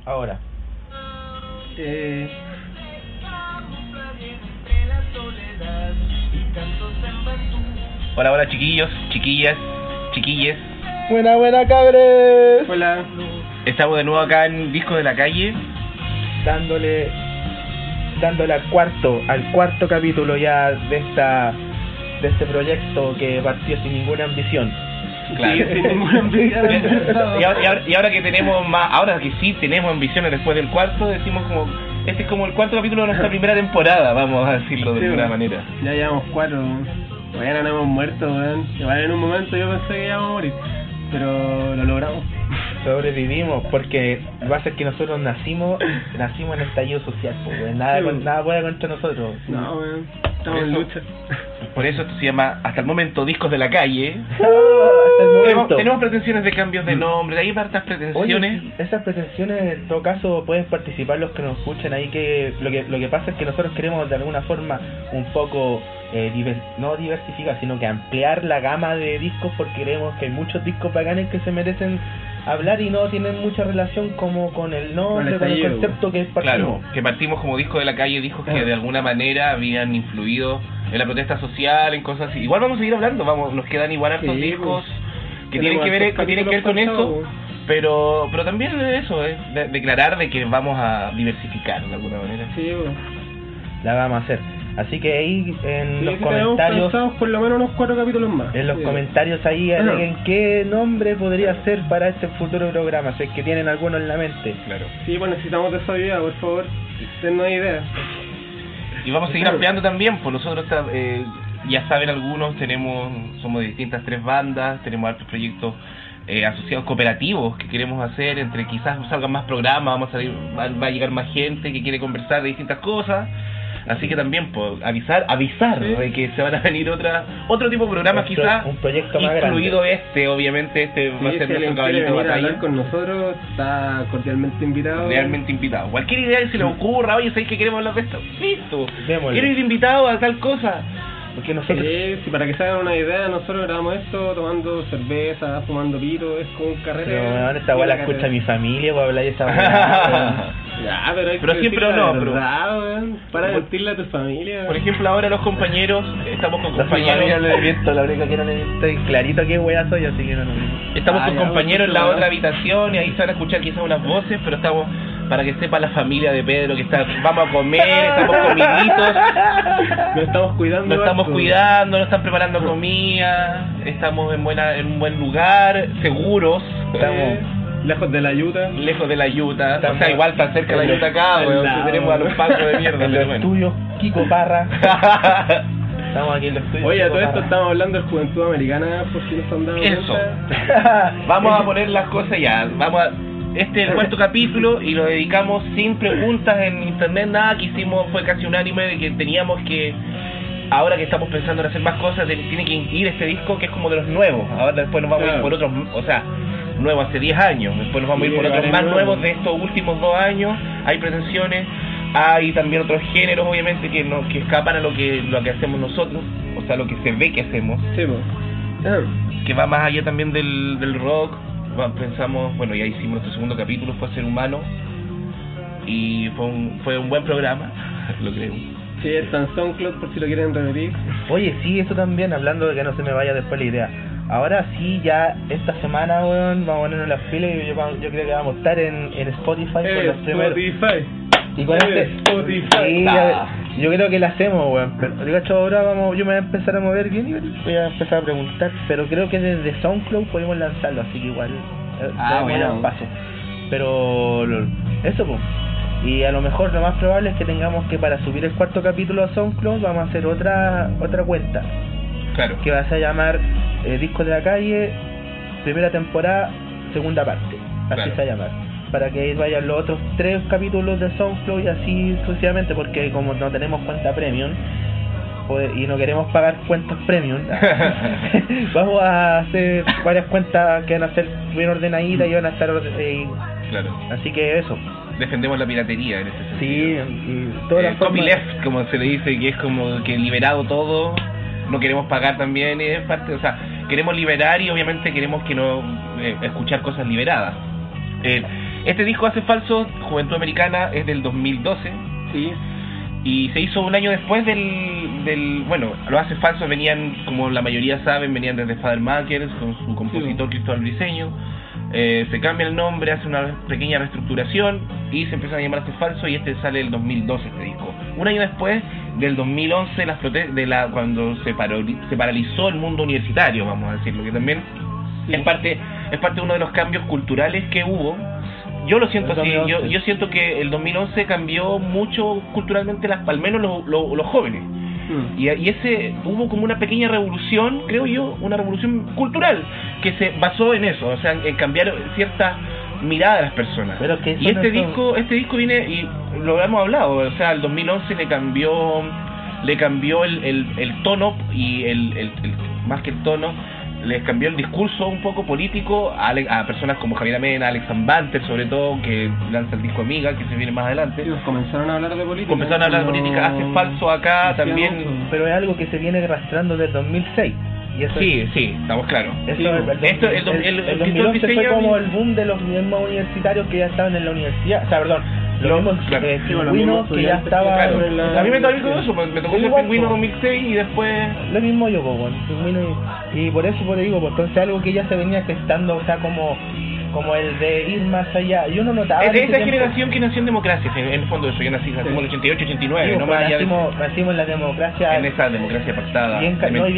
Ahora. Hola, hola chiquillos, chiquillas, chiquilles. Buena cabres. Hola. Estamos de nuevo acá en Discos de la Calle. Dándole al cuarto capítulo ya de este proyecto que partió sin ninguna ambición. Claro. Sí, sin ninguna ambición. y ahora que tenemos más, ahora que sí tenemos ambiciones después del cuarto, decimos como este es como el cuarto capítulo de nuestra primera temporada, vamos a decirlo de alguna manera. Ya llevamos 4. Todavía no nos hemos muerto, weón. Igual en un momento yo pensé que íbamos a morir, pero lo logramos. Sobrevivimos porque va a ser que nosotros nacimos en estallido social, pues, weón. Nada puede contra nosotros. No, weón. Estamos en lucha. Por eso esto se llama hasta el momento Discos de la Calle. Hasta el momento. Tenemos pretensiones de cambios de nombre, hay hartas pretensiones. Oye, esas pretensiones en todo caso pueden participar los que nos escuchen ahí, que lo que pasa es que nosotros queremos de alguna forma un poco no diversificar, sino que ampliar la gama de discos, porque creemos que hay muchos discos bacanes que se merecen hablar y no tienen mucha relación como con el nombre, con el concepto que partimos. Claro, que partimos como Discos de la Calle, discos que de alguna manera habían influido en la protesta social, en cosas así. Igual vamos a seguir hablando, nos quedan igual hartos discos que tienen que ver con eso, pero también eso es declarar de que vamos a diversificar de alguna manera. Sí, bueno. La vamos a hacer. Así que ahí en los comentarios, por lo menos unos 4 capítulos más. En los comentarios ahí agreguen qué nombre podría ser para este futuro programa, si es que tienen alguno en la mente. Claro. Sí, pues necesitamos de esa idea, por favor, dennos ideas. Y vamos a seguir ampliando también, pues nosotros ya saben algunos, somos de distintas 3 bandas, tenemos otros proyectos asociados cooperativos que queremos hacer, entre quizás salgan más programas, va a llegar más gente que quiere conversar de distintas cosas. Así que también pues, avisar de que se van a venir otro tipo de programas, quizás un proyecto más incluido grande. obviamente va a ser nuestro caballito de batalla. Hablar con nosotros, está cordialmente invitado. Realmente invitado. Cualquier idea que se le ocurra, oye, ¿sabes que queremos hablar de esto? Listo. Démosle. Quiero ir invitado a tal cosa. Porque nosotros... Sí, para que se hagan una idea, nosotros grabamos esto tomando cerveza, fumando pito, es como un carrete. Pero bueno, esta weá la escucha mi familia, pues hablar de esa weá. Ya, pero hay pero que siempre decir no, la pero verdad, weón. Para mentirle a tu familia. Por ejemplo, ahora los compañeros, estamos con compañeros. No le miento, la única que no le miento es clarito qué weá soy, así que no. Estamos con ya, compañeros en la bueno. otra habitación y ahí se van a escuchar quizás unas voces, pero estamos, para que sepa la familia de Pedro que vamos a comer, estamos comiditos, Nos estamos cuidando. nos estamos cuidando, nos están preparando comida, estamos en un buen lugar, seguros, Estamos lejos de la ayuda. lejos de la yuta, Estamos o sea, igual tan cerca de la yuta acá, al weón, lado. tenemos a los pacos de mierda, en pero los bueno. estudios, Kiko Parra. Estamos aquí en los estudios. Oye, a Kiko todo esto Parra. estamos hablando de Juventud Americana, por si no se han dado Eso. cuenta. Vamos a poner las cosas ya, este es el 4º capítulo y lo dedicamos sin preguntas en internet, nada que hicimos, fue casi unánime de que teníamos que, ahora que estamos pensando en hacer más cosas, tiene que ir este disco que es como de los nuevos, ahora después nos vamos a ir por otros, o sea, nuevos hace 10 años, después nos vamos a ir por otros más nuevos de estos últimos 2 años, hay pretensiones, hay también otros géneros obviamente que escapan a lo que hacemos nosotros, o sea, lo que se ve que hacemos, Sí, pues. que va más allá también del rock. Pensamos, bueno, ya hicimos nuestro 2º capítulo, fue Ser Humano, y fue un buen programa, lo creo. Sí, está en SoundCloud por si lo quieren repetir. Oye, sí, eso también, hablando de que no se me vaya después la idea. Ahora sí, ya esta semana, weón, vamos a ponernos las pilas y yo creo que vamos a estar en Spotify con los primeros. Spotify. Y con Spotify. Sí, yo creo que la hacemos, weón. Pero digo, ahora yo me voy a empezar a mover bien y voy a empezar a preguntar. Pero creo que desde SoundCloud podemos lanzarlo, así que igual bueno. un paso. Pero eso, pues. Y a lo mejor lo más probable es que tengamos que, para subir el 4º capítulo a SoundCloud, vamos a hacer otra cuenta. Claro. Que va a llamar Discos de la Calle, primera temporada, segunda parte. Así Claro. se va a llamar. Para que ahí vayan los otros 3 capítulos de SoundCloud y así sucesivamente, porque como no tenemos cuenta premium y no queremos pagar cuentas premium, vamos a hacer varias cuentas que van a ser bien ordenaditas y van a estar Claro. así que eso. Defendemos la piratería en ese sentido. Sí, y todas las formas. Copyleft, como se le dice, que es como que liberado todo, no queremos pagar también, es parte, o sea, queremos liberar y obviamente queremos que no escuchar cosas liberadas. Este disco Hace Falso, Juventud Americana, es del 2012. Sí. Y se hizo un año después del bueno, los Hace Falsos venían, como la mayoría saben, venían desde Father Makers, con su compositor Cristóbal Briceño. Se cambia el nombre, hace una pequeña reestructuración y se empieza a llamar Hace Falso, y este sale el 2012 este disco. Un año después del 2011, cuando se paralizó el mundo universitario, vamos a decirlo, que también es parte de uno de los cambios culturales que hubo. Yo lo siento así, yo siento que el 2011 cambió mucho culturalmente, al menos los jóvenes. Y hubo como una pequeña revolución, creo yo, una revolución cultural que se basó en eso, o sea, en cambiar cierta mirada de las personas. Pero que y este disco viene, y lo hemos hablado, o sea, el 2011 le cambió el tono, y más que el tono, les cambió el discurso un poco político a personas como Javier Amena, Alex Banter, sobre todo, que lanza el disco Amiga, que se viene más adelante. Ellos comenzaron a hablar de política. Comenzaron a hablar de política, Hace Falso acá también. Pero es algo que se viene arrastrando desde el 2006. Y eso sí, estamos claros. El 2011 fue como el boom de los mismos universitarios que ya estaban en la universidad. O sea, perdón, los mismos pingüinos que ya estaban... Claro. A mí me tocó eso, me tocó ser Pingüino 2006 y después... Lo mismo yo, pues, Pingüino, y por eso te digo, pues entonces algo que ya se venía gestando, o sea, como el de ir más allá. Yo no notaba... Es esa generación que nació en democracia, en el fondo de eso. Yo nací en el 88, 89, no más allá de... Nacimos en la democracia... En esa democracia pactada, bien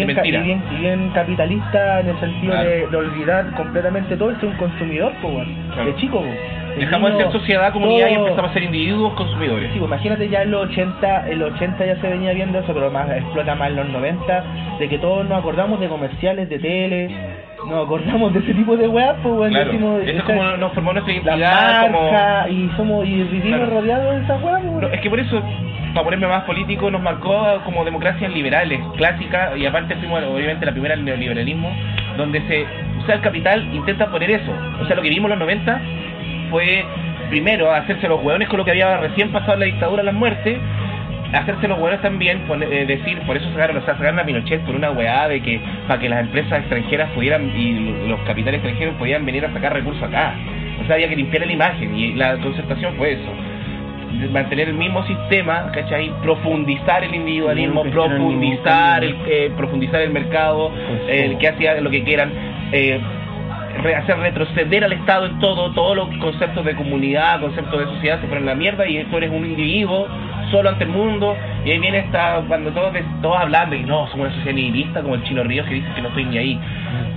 capitalista, en el sentido de olvidar completamente todo, el ser un consumidor, pues, de chico, pues. Dejamos de ser sociedad, comunidad, y empezamos a ser individuos consumidores. Sí, pues imagínate, ya en los 80 ya se venía viendo eso, pero más explota más en los 90, de que todos nos acordamos de comerciales de tele, nos acordamos de ese tipo de weas, pues bueno, claro. Decimos, eso es como nos formó nuestra identidad, la marca, y vivimos rodeados de esas weas, pues. No, es que por eso, para ponerme más político, nos marcó como democracias liberales, clásicas, y aparte fuimos obviamente la primera del neoliberalismo, donde el capital intenta poner eso. O sea, lo que vimos en los 90 fue primero hacerse los hueones con lo que había recién pasado en la dictadura, las muertes, hacerse los hueones también, decir, por eso sacaron a Pinochet por una hueá de que para que las empresas extranjeras pudieran, y los capitales extranjeros podían venir a sacar recursos acá. O sea, había que limpiar la imagen, y la concertación fue eso, mantener el mismo sistema, ¿cachai? Profundizar el individualismo, profundizar el mercado, que hacía lo que quieran, hacer retroceder al Estado en todos los conceptos de comunidad, conceptos de sociedad se fueron a la mierda, y tú eres un individuo solo ante el mundo. Y ahí viene cuando todos hablan de que no, somos una sociedad nihilista, como el Chino Ríos, que dice que no estoy ni ahí.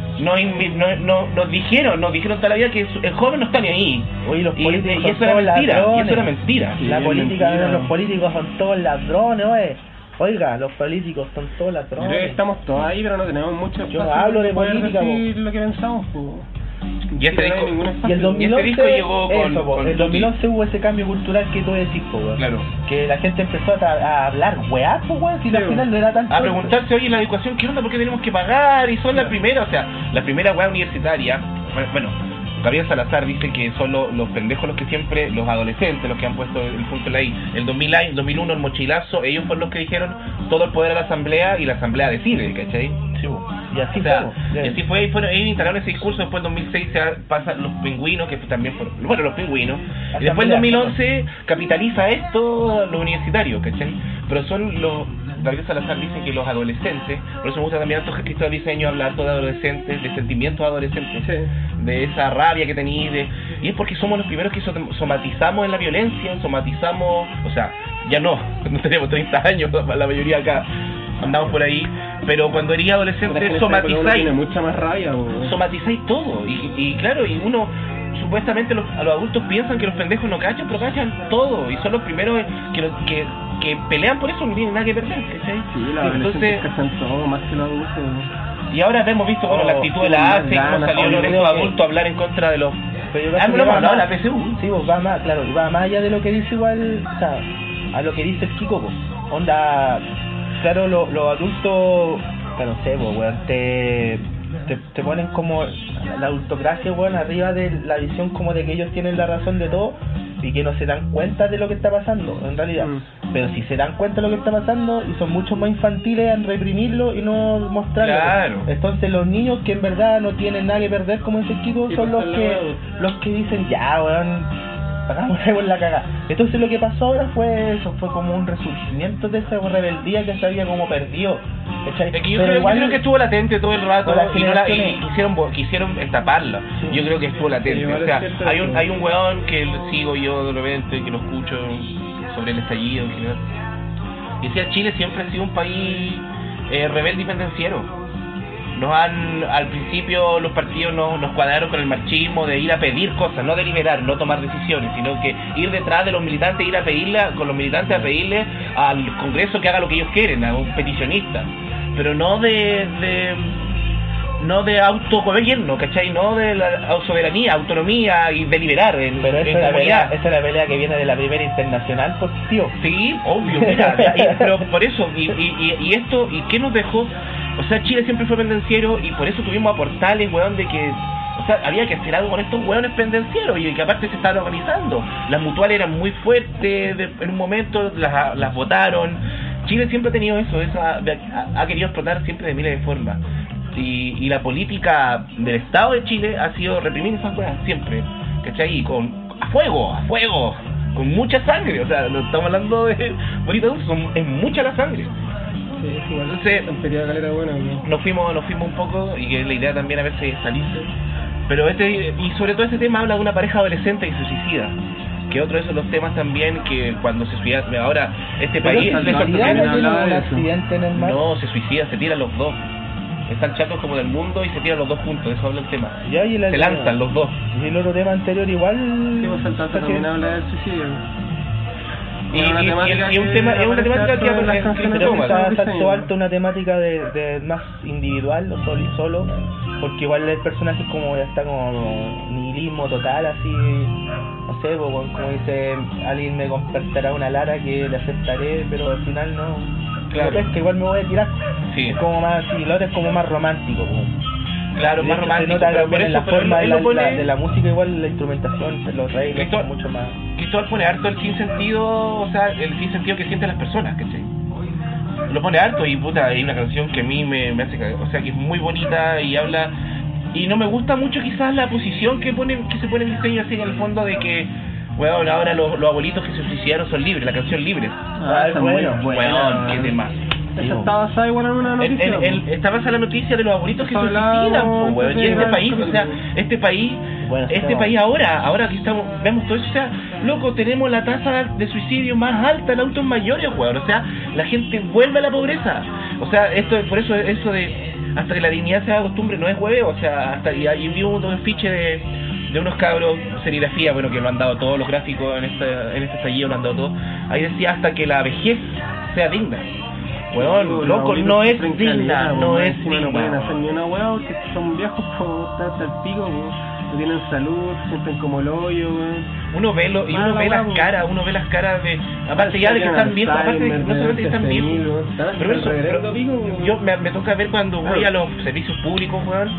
Nos dijeron toda la vida que el joven no está ni ahí. Oye, los políticos y eso era mentira. La política, los políticos son todos ladrones, oye. Oiga, los políticos son todos ladrones. Creo que estamos todos ahí, pero no tenemos mucho espacio. Yo hablo de política, lo que pensamos, pues. Y el 2011 disco llegó con el 2011 hubo ese cambio cultural que tú decís, po, weón. Claro. Que la gente empezó a hablar weá, po, weón, si al final no era tanto. A preguntarse, oye, la educación, ¿qué onda? ¿Por qué tenemos que pagar? Y son la primera, o sea, la primera weá universitaria. Bueno, Gabriel Salazar dice que son los pendejos los que siempre, los adolescentes, los que han puesto el punto en la I. El 2001, el mochilazo, ellos fueron los que dijeron todo el poder a la asamblea, y la asamblea decide, ¿cachai? Sí, y así fue, ellos instalaron ese discurso. Después en 2006 se pasan los pingüinos, que también fueron, bueno, los pingüinos, y después en 2011 capitaliza esto los universitarios, ¿cachai? Pero son Gabriel Salazar dice que los adolescentes, por eso me gusta también a Cristóbal Briceño hablar todo de adolescentes, de sentimientos adolescentes, de esa rabia que tenéis, y es porque somos los primeros que somatizamos en la violencia, o sea, ya no tenemos 30 años, la mayoría acá andamos por ahí, pero cuando eres adolescente somatizáis, mucha más rabia, somatizáis todo, y claro, y uno supuestamente los adultos piensan que los pendejos no cachan, pero cachan todo, y son los primeros que pelean por eso, no tienen nada que perder, ¿cachai? Sí, entonces cachan todo, más que los adultos. Y ahora hemos visto, bueno, la actitud de la ACE, cómo salió los adultos a hablar en contra de los... la PSU. Sí, pues va más, claro, y va más allá de lo que dice igual, o sea, a lo que dice el Kiko, pues. Onda, claro, los adultos, no sé, pues, weón, te ponen como la adultocracia, weón, arriba de la visión como de que ellos tienen la razón de todo, y que no se dan cuenta de lo que está pasando, en realidad. Pero si se dan cuenta de lo que está pasando y son mucho más infantiles en reprimirlo y no mostrarlo. Claro. Entonces los niños que en verdad no tienen nada que perder, como dice Kiko, son los que dicen, ya, weón, hagamos algo en la cagada. Entonces lo que pasó ahora fue eso, fue como un resurgimiento de esa rebeldía que se había como perdido. ¿Cachai? Es que yo creo que estuvo latente todo el rato y quisieron taparla. Sí. Yo creo que estuvo latente. Sí, o sea, cierto, hay un weón que sigo yo de repente, que lo escucho sobre el estallido, que decía, Chile siempre ha sido un país rebelde y pendenciero. Al principio los partidos nos cuadraron con el marxismo de ir a pedir cosas, no deliberar, no tomar decisiones, sino que ir detrás de los militantes, ir a pedirle con los militantes, a pedirle al Congreso que haga lo que ellos quieren, a un peticionista, pero no de autogobierno, ¿cachai? No de la soberanía, autonomía y deliberar pero esa es la pelea que viene de la primera internacional, pues, tío. Sí, obvio, mira, pero por eso, y esto, ¿y qué nos dejó? O sea, Chile siempre fue pendenciero y por eso tuvimos a Portales, weón, de que... O sea, había que hacer algo con estos weones pendencieros y que aparte se estaban organizando. Las mutuales eran muy fuertes, en un momento las votaron. Chile siempre ha tenido eso, ha querido explotar siempre de miles de formas. Y la política del Estado de Chile ha sido reprimir esas weas siempre, ¿cachai? Y a fuego, con mucha sangre. O sea, no estamos hablando de bonitos, es mucha la sangre. Sí, igual. Entonces, nos fuimos un poco, y que la idea también a veces es salirse. Pero y sobre todo este tema habla de una pareja adolescente que se suicida, que otro de esos los temas también, que cuando se suicida, ahora este país no se suicida, se tiran los dos, están chatos como del mundo y se tiran los dos juntos, de eso habla el tema, se lanzan los dos. Y el otro tema anterior igual también habla del suicidio. Y es una temática que saltó alto, una temática de más individual, solo, porque igual el personaje como ya está como nihilismo total, así, no sé, como dice, alguien me compartirá una Lara que le aceptaré, pero al final no, claro, es que igual me voy a tirar. Sí. Es como más, sí, lo otro es como más romántico, como. Claro, más romántico, se nota pero por eso, la forma de la música, igual la instrumentación, los arreglos son mucho más. Cristóbal pone harto el sinsentido, o sea, el sinsentido que sienten las personas, ¿cachai? Lo pone harto y puta, hay una canción que a mí me hace caer, o sea, que es muy bonita y habla, y no me gusta mucho quizás la posición que se pone el diseño así en el fondo de que, weón, ahora los abuelitos que se suicidaron son libres, la canción Libres. Weón, qué tema. Esa está basada igual en una noticia. Está basada en la noticia de los abuelitos que se suicidan, weón. Y este país, o sea, este país ahora que estamos, vemos todo eso, o sea, loco, tenemos la tasa de suicidio más alta en adultos mayores, weón. O sea, la gente vuelve a la pobreza. O sea, por eso eso de hasta que la dignidad se haga costumbre no es hueveo, o sea, hasta y vi un fiche de unos cabros, serigrafía, bueno, que lo han dado todos los gráficos en este estallido, lo han dado todo. Ahí decía hasta que la vejez sea digna. Weón, loco, no es digna, no es digna. No pueden hacer ni una weón, que son viejos como hasta el pico, no tienen salud, se sienten como el hoyo, weón. Uno ve las caras de, aparte ya de que están viejos, aparte no solamente que están viejos, pero yo me toca ver cuando voy a los servicios públicos, weón,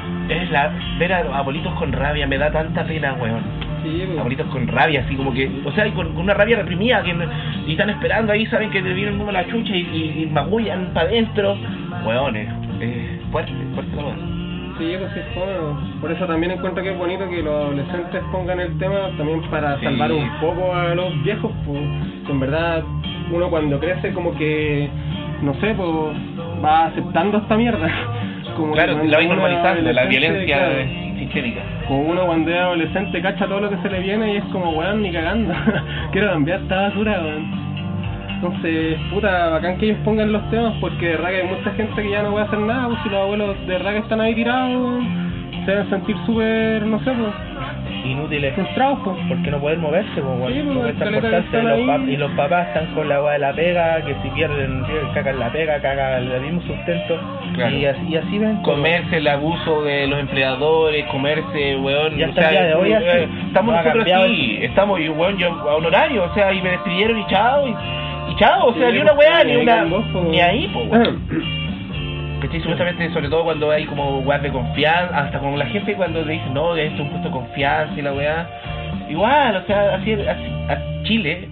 ver a abuelitos con rabia, me da tanta pena, weón. Sí, abuelitos con rabia, así como que, o sea, y con una rabia reprimida, y están esperando ahí, saben que te vienen como la chucha y magullan para adentro. Weones, fuerte la weá. Sí, pues es bueno. Por eso también encuentro que es bonito que los adolescentes pongan el tema también para salvar un poco a los viejos, pues, que en verdad uno cuando crece como que, no sé, pues va aceptando esta mierda. Como claro, la va normalizando, la violencia sistémica. Como uno cuando es adolescente cacha todo lo que se le viene y es como, weón, ni cagando. Quiero cambiar esta basura, weón. Entonces, puta, bacán que ellos pongan los temas, porque de verdad que hay mucha gente que ya no puede hacer nada, pues si los abuelos de verdad que están ahí tirados, se deben sentir súper, no sé, pues, inútiles, frustrados, pues, porque no pueden moverse, pues, sí, no están portarse, y los papás están con la agua de la pega, que si pierden, cagan la pega, cagan el mismo sustento, claro. y así ven comerse el abuso de los empleadores, comerse, weón, y hasta el día de hoy estamos nosotros así, estamos, y weón, yo a un horario, o sea, y me despidieron y chao, y chao, o sea, sí, ni una weá, ni ahí, pues, weón. ¿Cachai? Supuestamente, sobre todo cuando hay como weas de confianza, hasta con la gente cuando te dicen, no, esto es un puesto de confianza y la weá, Igual, o sea, así a Chile,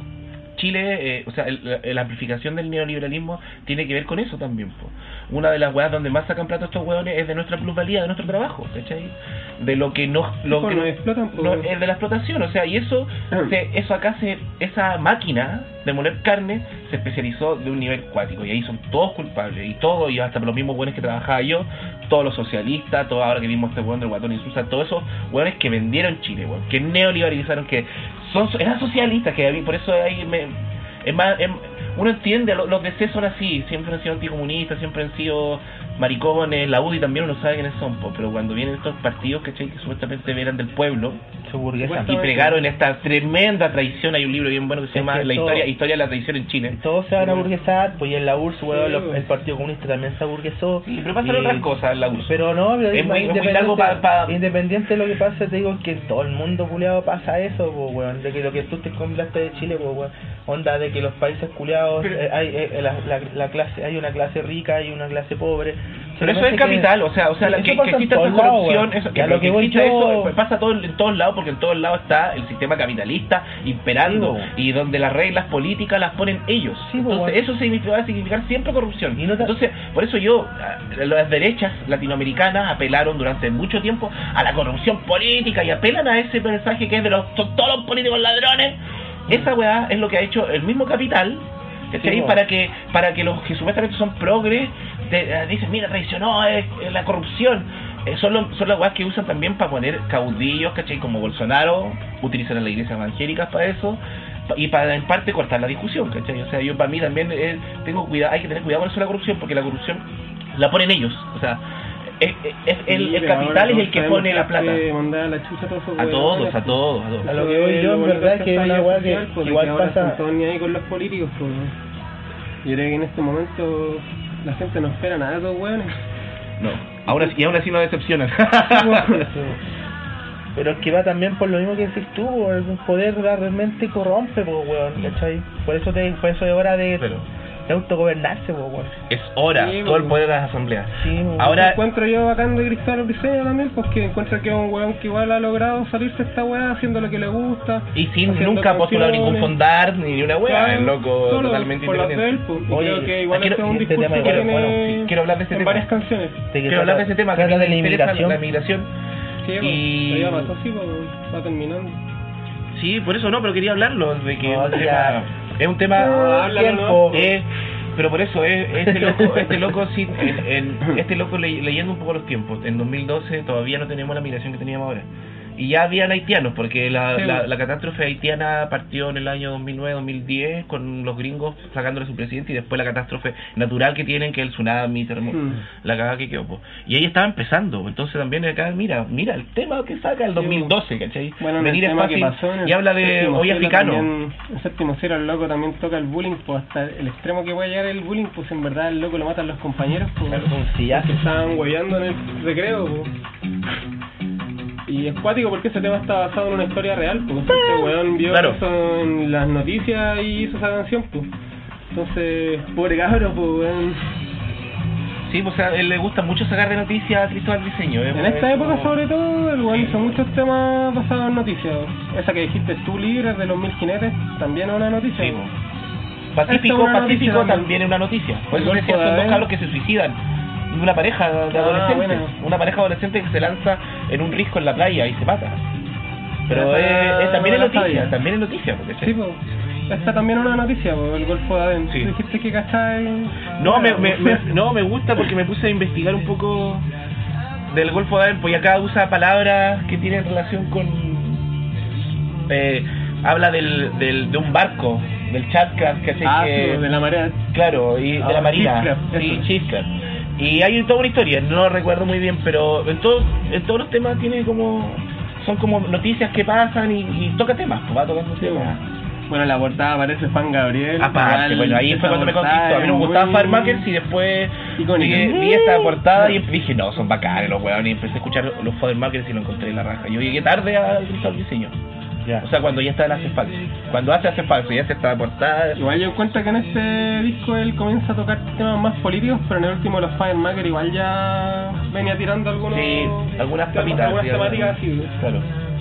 o sea, la amplificación del neoliberalismo tiene que ver con eso también, po. Una de las weas donde más sacan plata estos weones es de nuestra plusvalía, de nuestro trabajo, ¿cachai? De lo que nos explotan, es de la explotación, o sea, y eso acá esa máquina de moler carne se especializó de un nivel cuático, y ahí son todos culpables, y hasta los mismos weones que trabajaba yo, todos los socialistas, todo ahora que vimos este weón del Guatón Insulsa, todos esos weones que vendieron Chile, weón, que neoliberalizaron, que eran socialistas, que por eso ahí uno entiende, los DC son así, siempre han sido anticomunistas, siempre han sido maricones, la UDI también uno sabe quiénes son, pero cuando vienen estos partidos, ¿cachai? Que supuestamente eran del pueblo y pregaron esta tremenda traición. Hay un libro bien bueno que se llama La historia de la traición en Chile. Todos se van a burguesar, pues y en la URSS, weón, el Partido Comunista también se aburguesó. Sí, pero pasan otras cosas en la URSS. Pero no, es muy largo independiente de lo que pase, te digo que en todo el mundo culiado pasa eso, pues, weón, de que lo que tú te comentaste de Chile, pues, weón, onda de que los países culiados la clase, hay una clase rica, hay una clase pobre. Pero eso es capital, o sea que existe esta corrupción, eso pasa en todos lados, porque en todos lados está el sistema capitalista imperando, y donde las reglas políticas las ponen ellos. Entonces eso va a significar siempre corrupción. Entonces, por eso las derechas latinoamericanas apelaron durante mucho tiempo a la corrupción política, y apelan a ese mensaje que es son todos los políticos ladrones. Esa weá es lo que ha hecho el mismo capital, ¿cachai? Para que los que supuestamente son progres dicen, mira, traicionó la corrupción. Son las weas que usan también para poner caudillos, ¿cachai? Como Bolsonaro, utilizan a las iglesias evangélicas para eso, y para en parte cortar la discusión, ¿cachai? O sea, yo para mí también tengo cuidado, hay que tener cuidado con eso de la corrupción, porque la corrupción la ponen ellos, o sea, el capital es el que pone la plata. A todos. A lo que voy yo, en verdad, es que es una weá que igual pasa. No están ni ahí con los políticos, pues. Yo creo que en este momento la gente no espera nada de esos weones. No, aún así nos decepcionan. Pero es que va también por lo mismo que decís tú, el poder realmente corrompe, pues, weón, ¿cachai? Por eso es hora de autogobernarse, pues, weón. Es hora, sí, todo el poder de las asambleas. Sí, ahora encuentro yo bacán de Cristóbal Briseño también, porque encuentro que es un weón que igual ha logrado salirse de esta weá haciendo lo que le gusta. Y sin nunca postular ningún fondar ni una weá, claro, el loco totalmente independiente. Creo que igual es un discurso que tiene quiero hablar de ese en tema. varias canciones. Quiero hablar de ese tema, trata de la inmigración. Sí, y ya pasó así, va terminando. Sí, por eso no, pero quería hablarlo, de que es un tema pero por eso este loco leyendo un poco los tiempos. En 2012 todavía no tenemos la migración que teníamos ahora, y ya habían haitianos, porque la catástrofe haitiana partió en el año 2009-2010 con los gringos sacándole a su presidente, y después la catástrofe natural que tienen, que es el tsunami, la cagada que quedó, po. Y ahí estaba empezando. Entonces también acá mira el tema que saca el 2012, ¿cachai? Bueno, venir es fácil, y habla de hoy africano. El séptimo cielo, el loco también toca el bullying, pues hasta el extremo que puede llegar el bullying, pues en verdad el loco lo matan los compañeros, pues ya que estaban hueveando en el recreo, pues. Y es cuático porque ese tema está basado en una historia real, pues este weón vio eso en las noticias y hizo esa canción, pues. Entonces, pobre cabro, pues weón. Sí, pues, o sea, él le gusta mucho sacar de noticias a Cristóbal Briseño. En esta época, sobre todo, el weón hizo muchos temas basados en noticias. Esa que dijiste tú, Libres, de los 1000 jinetes, también es una noticia. Sí, Pacífico también es una noticia. Por eso decía, son dos cabros que se suicidan. Una pareja de adolescentes, una pareja adolescente que se lanza en un risco en la playa y se mata. Pero también es noticia, porque sí, pues. Esta también es una noticia, el Golfo de Adén. Sí. Dijiste que cachai. No, me gusta porque me puse a investigar un poco del Golfo de Adén, pues acá usa palabras que tienen relación con habla de un barco, del Chatcraft, que de la marea. Claro, y de la marina. Chifcraft. Y hay toda una historia, no lo recuerdo muy bien, pero en todos los temas son como noticias que pasan y toca temas, pues va tocando temas. Bueno, en la portada aparece Juan Gabriel. Aparte, bueno, ahí fue cuando me conquistó. A mí no me gustaba Firemakers y después vi esta portada y dije, no, son bacanes los huevones, y empecé a escuchar los Firemakers y lo encontré en la raja. Yo llegué tarde a Cristóbal Briseño. O sea, cuando ya está el Hace Falso. Cuando hace Falso, ya se está portada. Igual yo encuentro que en este disco él comienza a tocar temas más políticos, pero en el último los Firemakers igual ya venía tirando algunas papitas. Algunas temáticas así. Claro.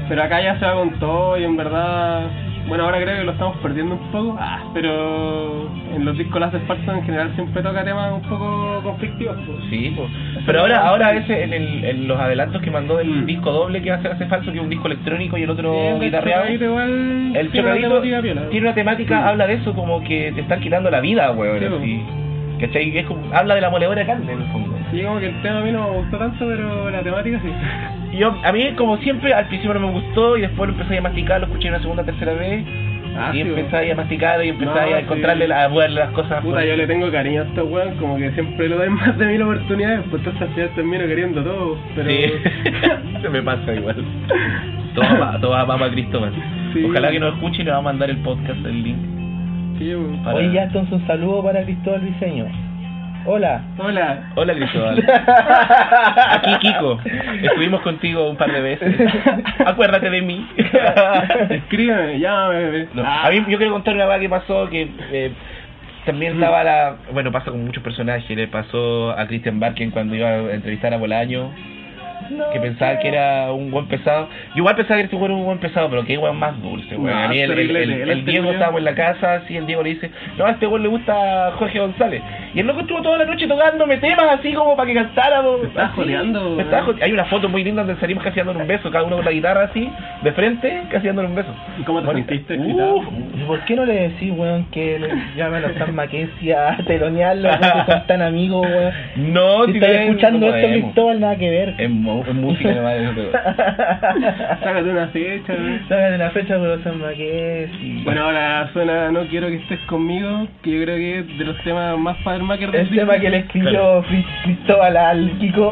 Pero acá ya se va con todo y en verdad... Bueno, ahora creo que lo estamos perdiendo un poco, pero en los discos Las Falso en general siempre toca temas un poco conflictivos. Pues. Sí, pues. Pero ahora a veces en los adelantos que mandó del disco doble que va a ser Hace Falso, que es un disco electrónico y el otro guitarreado, el Chocadito tiene una temática, habla de eso, como que te están quitando la vida, weón. Sí, ¿cachai? Es como, habla de la moledora de carne en el fondo. Sí, como que el tema a mí no me gustó tanto, pero la temática sí. A mí, como siempre, al principio no me gustó y después lo empecé a masticar, lo escuché una segunda, tercera vez y empecé a masticar y empecé a encontrarle, a verle las cosas. Puta, yo le tengo cariño a este weón, como que siempre lo dan más de 1000 oportunidades, pues entonces al final termino queriendo todo, pero... Sí, se me pasa igual. Todo va para Cristóbal. Sí. Ojalá que nos escuche y le va a mandar el podcast, el link. Sí, Oye, ya entonces un saludo para Cristóbal Briseño. Hola Cristóbal. Aquí Kiko. Estuvimos contigo un par de veces. Acuérdate de mí. Escríbeme, llámame. No, a mí yo quiero contar una cosa que pasó que también estaba bueno, pasa con muchos personajes. Le pasó a Christian Barken cuando iba a entrevistar a Bolaño, que pensaba que era un buen pesado. Yo igual pensaba que este güey era un buen pesado, pero que igual más dulce, güey. A mí el Diego estábamos en la casa, así el Diego le dice, no, a este güey le gusta Jorge González. Y el loco estuvo toda la noche tocándome temas así como para que cantáramos. Me estás jodeando. Hay una foto muy linda donde salimos casi dándole un beso, cada uno con la guitarra así, de frente, casi dándole un beso. ¿Y cómo te sentiste? ¿Y por qué no le decís, weón, que llamen a San Mackenzie a telonearlo, que son tan amigos, weón? No, si estás escuchando esto, Cristóbal, nada que ver. En música nomás de eso. Sácate una fecha, ¿no? Sácate una fecha por San Mackenzie. Bueno, ahora suena No quiero que estés conmigo, que yo creo que es de los temas más padres más que el tema que le escribió Cristóbal al Kiko.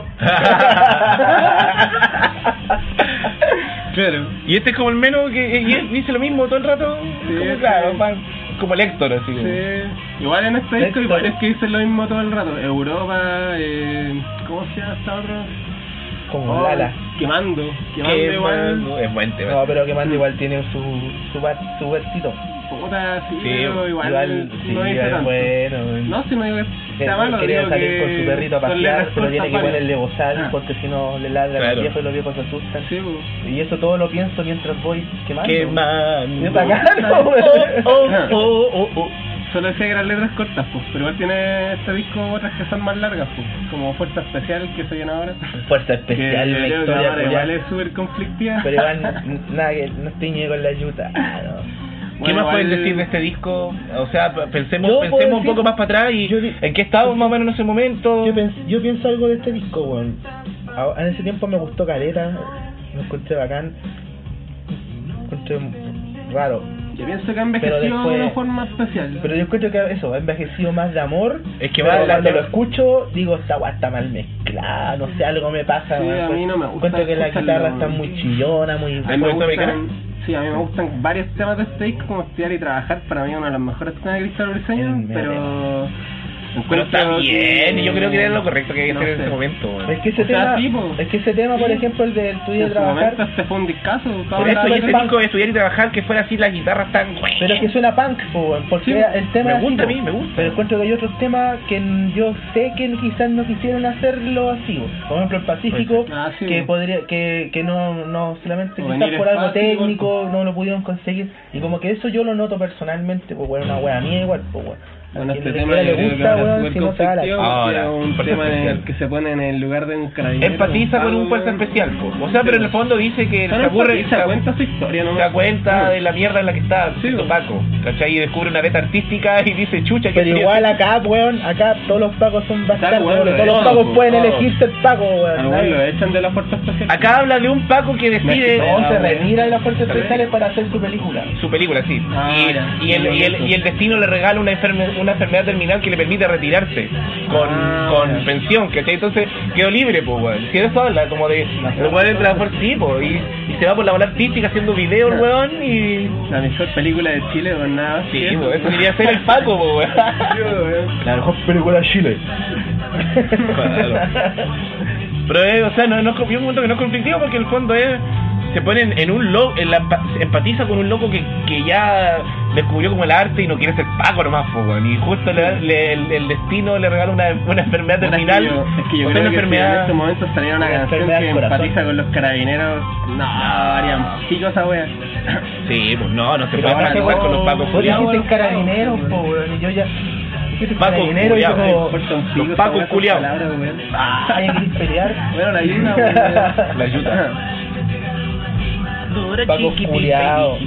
Claro. Y este es como el menos que dice lo mismo todo el rato. Sí, como, claro, como el Héctor, así. Sí. Igual en este disco igual es que dicen lo mismo todo el rato. Europa, ¿cómo se llama esta otra? Como Lala. Quemando igual. Es buen tema. No, pero Quemando igual tiene su versito. Puta, sí, pero igual no dice tanto. Bueno, no, si no digo que está malo, quiere digo salir que con su perrito a pasear, pero tiene que ponerle bozal, porque si no le ladra a los viejos y los viejos se asustan. Sí, y eso todo lo pienso mientras voy quemando. Quemando. Es bacano, Solo decía que eran letras cortas, pues, pero igual tiene este disco otras que son más largas, pues, como Fuerza Especial, que se viene ahora. Fuerza Especial, una historia igual es súper conflictiva. Pero igual nada, que no estoy ni con la yuta. ¿Qué más pueden decir de este disco? O sea, pensemos un poco más para atrás y en qué estábamos más o menos en ese momento. Yo pienso algo de este disco, weón. En ese tiempo me gustó caleta, lo encontré bacán, encontré raro. Yo pienso que ha envejecido de una forma especial. Pero yo encuentro que eso, ha envejecido más de amor. Es que cuando lo escucho, digo, esta guay está mal mezclada, no sé, algo me pasa. Sí, a mí no me gusta. Encuentro que la guitarra está muy chillona, muy... A mí me gustan varios temas de este disco, como Estudiar y Trabajar, para mí es uno de los mejores temas de Cristóbal Briseño, pero está bien, y yo creo que era lo correcto que hay que hacer en ese momento. Bueno. Es que ese tema, por ejemplo, el de Estudiar y Trabajar, este fue un discazo. Por eso ese disco de Estudiar y Trabajar, que fuera así las guitarras tan... Pero es que suena punk, porque el tema me gusta, a mí me gusta. Pero encuentro que hay otros temas que yo sé que quizás no quisieron hacerlo así. Por ejemplo, el Pacífico, que podría que no solamente quizás por algo técnico no lo pudieron conseguir. Y como que eso yo lo noto personalmente, pues bueno, una wea mía igual, pues bueno. Bueno, este tema le gusta, weón, si no se es un tema en el que se pone en el lugar de un carabinero. Empatiza con un Fuerza Especial, o sea, pero en el fondo dice que se aburre, se cuenta su historia, ¿no? Se da cuenta de la mierda en la que está Paco, ¿cachai? Y descubre una beta artística y dice, chucha, que pero igual acá, weón, acá todos los Pacos son bastardos, todos los Pacos pueden elegir ser Paco, weón. Lo echan de la Fuerza Especial. Acá habla de un Paco que decide... No, se retira de las Fuerzas Especiales para hacer su película. Su película, sí. Y el destino le regala una enfermedad terminal que le permite retirarse con pensión, ¿cachai? Entonces quedó libre, pues, weón. Si eso habla, como de el weón entra por sí, pues, y se va por la bola artística haciendo videos, weón, y... La mejor película de Chile, weón, nada. Sí, pues, eso quería ser el Paco, pues, weón. La mejor película de Chile. Claro. Pero, o sea, yo un momento que no es conflictivo porque en el fondo es... se ponen en un loco, empatiza con un loco que ya descubrió como el arte y no quiere ser Paco nomás, po, weón. Y justo el destino le regala una enfermedad terminal. Es que yo o sea, creo una que enfermedad... si en este momento saliera una canción que empatiza con los carabineros, no, harían pico esa wea. Sí, pues no se Pero puede ahora empatizar con los Pacos Vos culiados. dijiste carabineros, po, weón, y yo ya... Pacos culiados, los Pacos culiados. Ay, ¿querés pelear? Bueno, la ayuda, weón. La ayuda. Pacos culiados.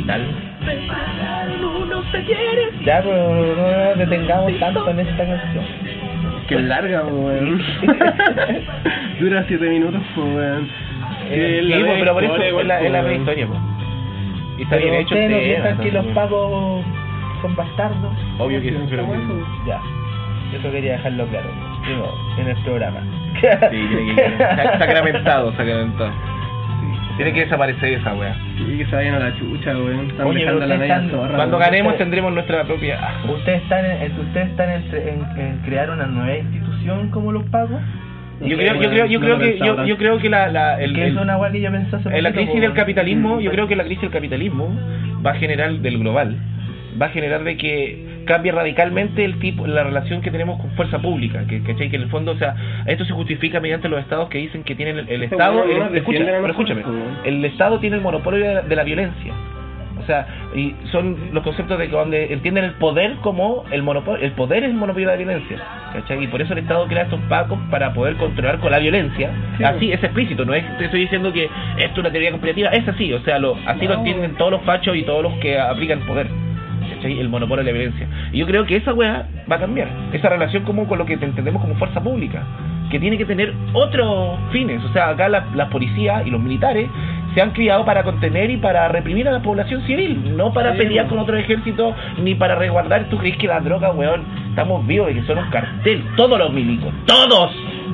Ya, pero no nos detengamos tanto en esta canción. Que larga, weón. Dura 7 minutos, pues, weón. Sí, pues, pero por eso es la prehistoria, pues. Y está bien hecho. ¿Ustedes no piensan que los Pacos son bastardos? Obvio que sí, pero... Ya, eso quería dejarlo claro, digo, en el programa. Sí, tiene que sacramentado. Sí. Tiene que desaparecer esa wea. Sí, que se vayan a la chucha, weón. Están Oye, dejando la media están- zorra. Cuando weón. ganemos tendremos nuestra propia... ¿Ustedes están en crear una nueva institución como los Pacos? Yo creo que Que es una weá que yo pensé hace en la poquito, crisis del po. capitalismo, yo creo que la crisis del capitalismo va a generar del global, va a generar de que cambie radicalmente la relación que tenemos con fuerza pública, ¿cachai? Que en el fondo, o sea, esto se justifica mediante los estados que dicen que tienen el Estado, bueno, no defienden a pero los escúchame, fuerzas, el Estado tiene el monopolio de la violencia. O sea, y son los conceptos de que donde entienden el poder como el monopolio, el poder es el monopolio de la violencia, ¿cachai? Y por eso el Estado crea estos pacos para poder controlar con la violencia. Sí. Así, es explícito, no es te estoy diciendo que esto es una teoría conspirativa, es así, o sea, así lo entienden todos los fachos y todos los que aplican poder, ¿cachai? El monopolio de la violencia. Y yo creo que esa weá va a cambiar, esa relación común con lo que entendemos como fuerza pública, que tiene que tener otros fines. O sea, acá las policías y los militares se han criado para contener y para reprimir a la población civil, no para pelear con otros ejércitos ni para resguardar. ¿Tú crees que la droga, weón, estamos vivos de que son un cartel? Todos los milicos, todos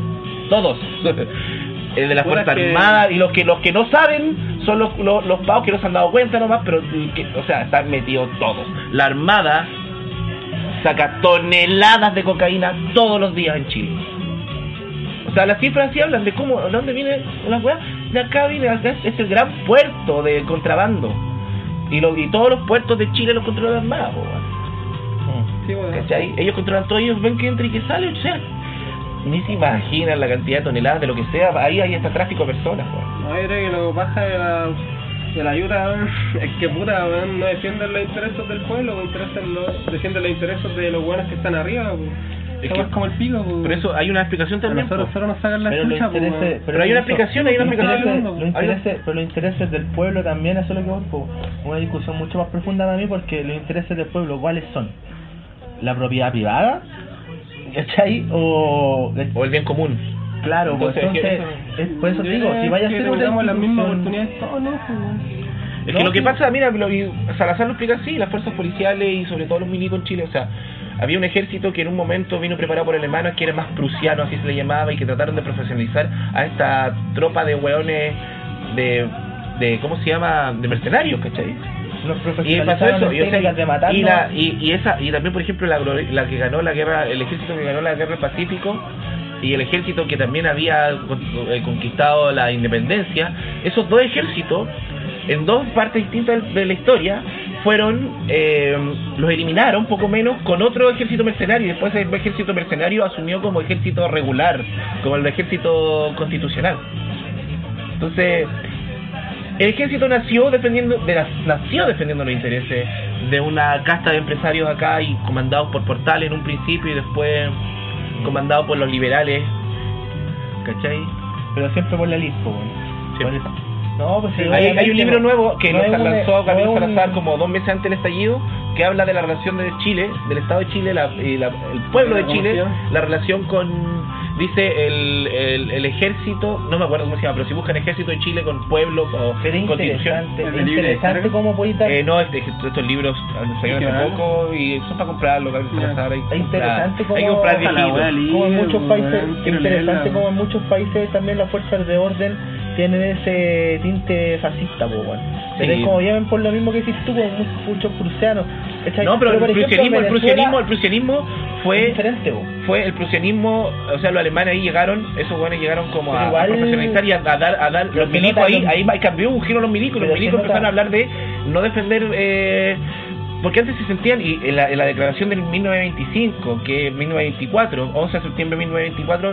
de la Fuerza Armada, y los que no saben son los pavos que no se han dado cuenta nomás, pero o sea, están metidos todos. La Armada saca toneladas de cocaína todos los días en Chile. O sea, las cifras sí hablan de cómo, de dónde viene una weá. De acá viene, acá es el gran puerto de contrabando. Y todos los puertos de Chile los controlan las Armadas, Sí, bueno. ¿cachai? Ellos controlan todo, ellos ven que entra y que sale, o sea, ni se imaginan la cantidad de toneladas de lo que sea. Ahí hay hasta tráfico de personas, weón. No, yo creo que lo que pasa de la ayuda, weón, es que puta, weón, no defienden los intereses del pueblo, defienden los intereses de los buenos que están arriba, weón. Es Eso que- es como el pico, weón. Por eso hay una explicación A también, nosotros po. solo nos sacan la Pero chucha, weón. Pero hay una explicación, hay una explicación. Los intereses del pueblo también, eso es lo que voy, po. Una discusión mucho más profunda para mí, porque los intereses del pueblo, ¿cuáles son? ¿La propiedad privada? ¿Cachai? O O el bien común. claro, pues Entonces, entonces, por eso te digo, si vaya a ser una tengamos las mismas institución- oportunidades todos, ¿no? Weón. Es No, que lo que sí. pasa, mira, Salazar lo explica así, las fuerzas policiales y sobre todo los milicos en Chile, o sea, había un ejército que en un momento vino preparado por alemanes, que era más prusiano, así se le llamaba, y que trataron de profesionalizar a esta tropa de hueones de ¿cómo se llama? De mercenarios, ¿cachai? Los Y pasó profesionalizaron eso, en y, o sea, técnicas de matar, y también, por ejemplo, la que ganó la guerra, el ejército que ganó la guerra del Pacífico y el ejército que también había conquistado la independencia, esos dos ejércitos, en dos partes distintas de la historia, fueron, los eliminaron poco menos con otro ejército mercenario, y después ese ejército mercenario asumió como ejército regular, como el ejército constitucional. Entonces, el ejército nació defendiendo los intereses de una casta de empresarios acá, y comandados por Portales en un principio y después comandados por los liberales, ¿cachai? pero siempre por la elite, po, weón. Siempre. Por eso. No, pues sí, Hay obviamente, un libro po. nuevo que No es lanzó un- Gabriel no es un- Salazar como 2 meses antes del estallido, que habla de la relación de Chile, del Estado de Chile, el pueblo de Chile, la relación con, dice, el ejército, no me acuerdo cómo se llama, pero si buscan ejército de Chile con pueblo o Sería constitución. interesante, ¿El libre interesante descarga? cómo podéis dar. No, estos libros salieron hace poco y son para comprarlos, Gabriel Salazar. Es interesante hay que comprar Ojalá, viejitos. weón. Como en muchos weón, países, quiero interesante leerla. como en muchos países también las fuerzas de orden tienen ese tinte fascista, po, weón. Pero Sí. es como ya ven por lo mismo que decís tú, con muchos prusianos. ¿cachai? No, pero por el ejemplo, prusianismo fue diferente, po. fue el prusianismo, o sea, los alemanes ahí llegaron, esos buenos llegaron como Pero a igual, profesionalizar y a dar pero los se milicos nota ahí cambió un giro los milicos, pero los milicos se nota- empezaron a hablar de no defender porque antes se sentían, y en la declaración del 1925, que es 1924, 11 de septiembre de 1924,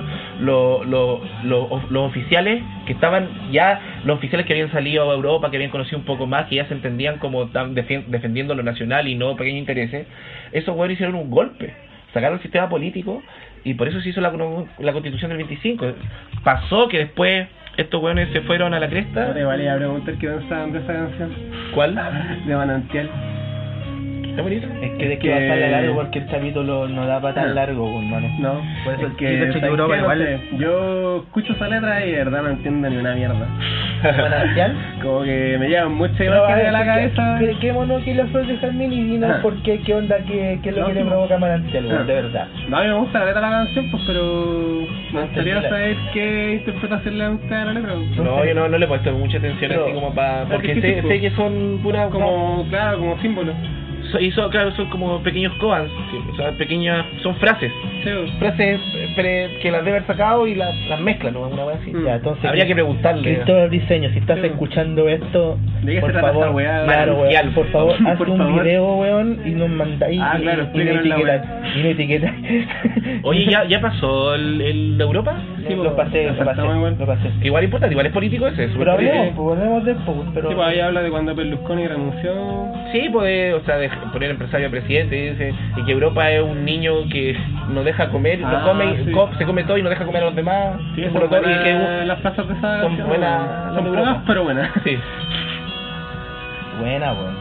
los oficiales que estaban ya, los oficiales que habían salido a Europa, que habían conocido un poco más, que ya se entendían como defendiendo lo nacional y no pequeños intereses, esos güeyes hicieron un golpe, sacaron el sistema político, y por eso se hizo la constitución del 25. Pasó que después estos güeyes se fueron a la cresta. No te valía preguntar qué pensaban de esa canción. ¿Cuál? De Manantial. ¿Está bonito? Es que de que va a estar largo porque el capítulo no da para tan largo, hermano. No, Por eso es el que Tito ¿sabes Europa qué? igual No sé, yo escucho esa letra y de verdad no entiendo ni una mierda. Manantial. Como que me llevan muchas No, a imágenes ver, a la cabeza. Quedémonos aquí la flor de Jazmín y dinos por qué, qué onda, qué es lo No, que le sí. provoca Manantial, weón, de verdad. No, a mí me gusta la letra de la canción, pues, pero me gustaría entendí la- saber qué interpretación le gusta a la letra. No, yo no le he puesto mucha atención Pero- así como para... Porque es que sí, sé que son puras... Como, claro, como símbolo. Y son, claro, son como pequeños koans, o sea, pequeñas... Son frases. Sí, Frases que las debe haber sacado y las mezclan, ¿no? Una vez así. Mm. Ya, entonces, Habría que preguntarle. Cristóbal Briseño, si estás Sí. escuchando esto, ¿de qué por se trata favor, esta weá? claro, Manantial, weón, por favor, haz por un favor. video, weón, y nos mandáis Ah, claro, y nos explícanos la etiquetáis. Y nos etiquetáis. Oye, ¿ya pasó el de Europa? Sí, lo pasé, está muy bueno. lo pasé. Igual importante, igual es político ese. súper Pero hablemos, político. pues, hablemos después, pero... Sí, pues ahí habla de cuando Berlusconi renunció. Sí, puede, o sea, poner empresario a presidente, dice, y que Europa es un niño que no deja comer, Ah, no come, sí. se come todo y no deja comer a los demás. Sí, por lo son tanto, y que buenas las frases de esa son canción, buenas ¿no? las Son de buenas, Europa. pero buenas. Sí. Buena, weón.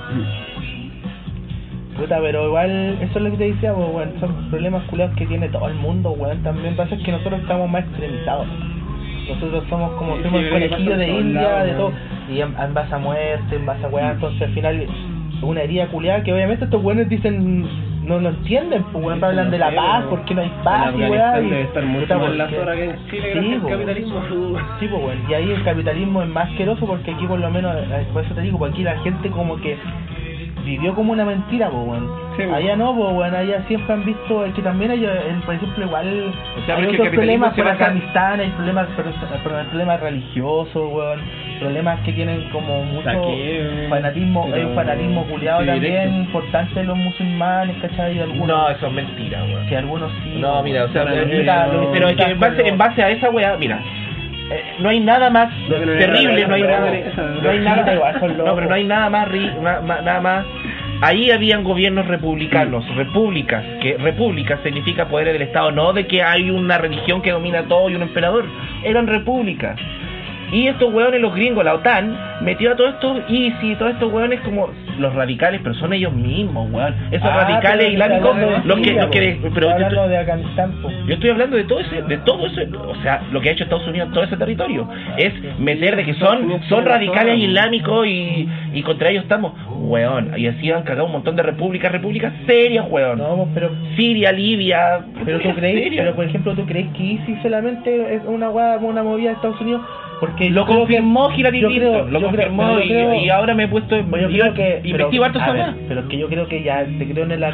Puta, pero igual, eso es lo que te decía, pues, weón, son problemas culiados que tiene todo el mundo, weón. También pasa es que nosotros estamos más extremizados. Nosotros somos como, Sí, fuimos sí, el conejillo pasa de en todos India, lados, de todo, weón. y en base a muerte, en base a weón, entonces al final, una herida culiada que obviamente estos weones dicen, no lo entienden, pues weón, Sí, hablan de la no sé, paz, weón. porque no hay paz, En y weón, Afganistán y... debe estar mucho puta, más la porque- zona que en Chile, Sí, gracias al po, capitalismo. Sí, pues bueno, y ahí el capitalismo es más asqueroso porque aquí por lo menos, por eso te digo, porque aquí la gente como que vivió como una mentira, pues bueno. Sí, po. Allá no, pues bueno, allá siempre han visto, es que también hay, por ejemplo, igual O sea, hay pero es que otros el capitalismo problemas se con basa- Afganistán, hay problemas, pero problemas religiosos, weón, problemas que tienen como mucho Saqueo, fanatismo, pero- hay un fanatismo culiado sí, también directo. importante de los musulmanes, ¿cachai? Algunos, No, eso es mentira, weón. que algunos sí. No, weón. mira, o sea, Pero- pero es que en base a esa weá, mira, no hay nada más No, pero terrible, no hay nada, no hay nada, Igual son locos. no, pero no hay nada más, nada más. Ahí habían gobiernos republicanos, repúblicas, que república significa poderes del Estado, no de que hay una religión que domina todo y un emperador, eran repúblicas. Y estos hueones, los gringos, la OTAN, metió a todos estos ISIS, todos estos hueones como los radicales, pero son ellos mismos, hueón. Esos radicales pero islámicos, hablando de los Siria, que, po. pero hablando de Afganistán, po. yo estoy hablando de todo eso, o sea, lo que ha hecho Estados Unidos en todo ese territorio, es meter de que son radicales islámicos y contra ellos estamos, weón, y así han cagado un montón de repúblicas serias, weón. No, po, pero Siria, Libia, Pero tú crees, serias. pero por ejemplo, ¿tú crees que ISIS solamente es una movida de Estados Unidos? Porque Lo yo creo confirmó que- Hillary yo Clinton, creo- lo yo creo- confirmó pero yo creo- y ahora me he puesto, yo creo que investigo harto a esa ver, weá. pero es que yo creo que ya te creo en el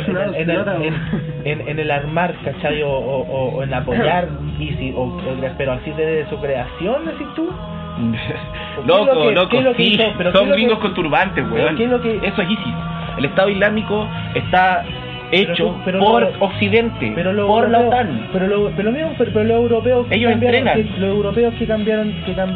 en el armar, ¿cachai? O en apoyar ISIS, pero así desde su creación, decís tú. Loco, ¿qué es lo que sí, hizo? Pero ¿qué son es lo que- gringos con turbantes, pero weón. qué es lo que- Eso es ISIS. El Estado Islámico está hecho pero por lo- Occidente, Pero los por la europeos- OTAN. pero los europeos que Ellos cambiaron, entrenan. los europeos que cambiaron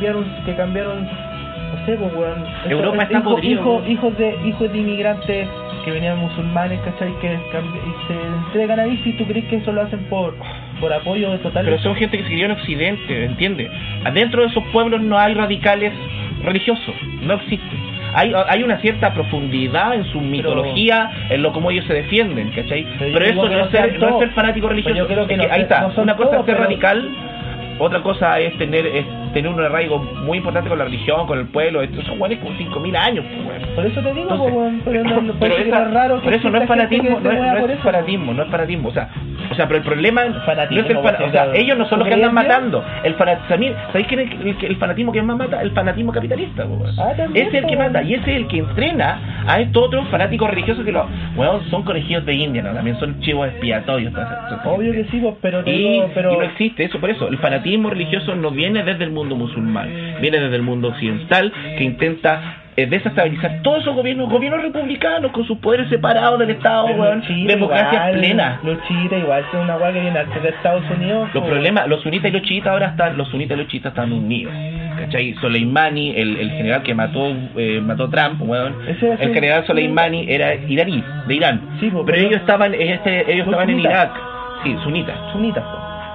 no sé, pues weón. Europa está podrido, hijos de inmigrantes que venían musulmanes, ¿cachai? Que y se entregan a ISIS. ¿Tú crees que eso lo hacen por apoyo total? Pero son gente que se crió en Occidente, ¿entiendes? Adentro de esos pueblos no hay radicales religiosos, no existen. Hay una cierta profundidad en su mitología, en lo como ellos se defienden, ¿cachai? Pero Pero yo eso digo que no no es ser, sean no es todos. ser fanático Pero religioso. yo creo que Es no ahí sé- está, no son una cosa todos, es ser pero- radical, otra cosa es tener un arraigo muy importante con la religión, con el pueblo. Estos son guanes como 5.000 años, pues, weón. Por eso te digo, Entonces, pues, weón, pero no pero es raro que eso no es exista gente fanatismo, que se mueva por no es eso. fanatismo, no es fanatismo. O sea, O sea, pero el problema no Fanatismo, es el o sea, ellos no son los que andan ¿creencia? matando. ¿Sabéis quién es el fanatismo que más mata? El fanatismo capitalista, po, weón. También, Ese es el que po, mata y ese es el que entrena a estos otros fanáticos religiosos que son conejillos de India, ¿no? También son chivos expiatorios. Obvio que sí, pues, pero Y no existe eso, por eso el fanatismo religioso no viene desde el mundo musulmán, viene desde el mundo occidental que intenta desestabilizar todos esos gobiernos republicanos con sus poderes separados del Estado, weón, democracia plena. Los chiitas igual son una weá que viene antes de Estados Unidos. Los problemas, los sunitas y los chiitas ahora están unidos. ¿Cachai? Soleimani, el general que mató Trump, weón, el general Soleimani era iraní, de Irán, sí, pues, pero ellos estaban en Irak. Sí, sunitas. Sunitas,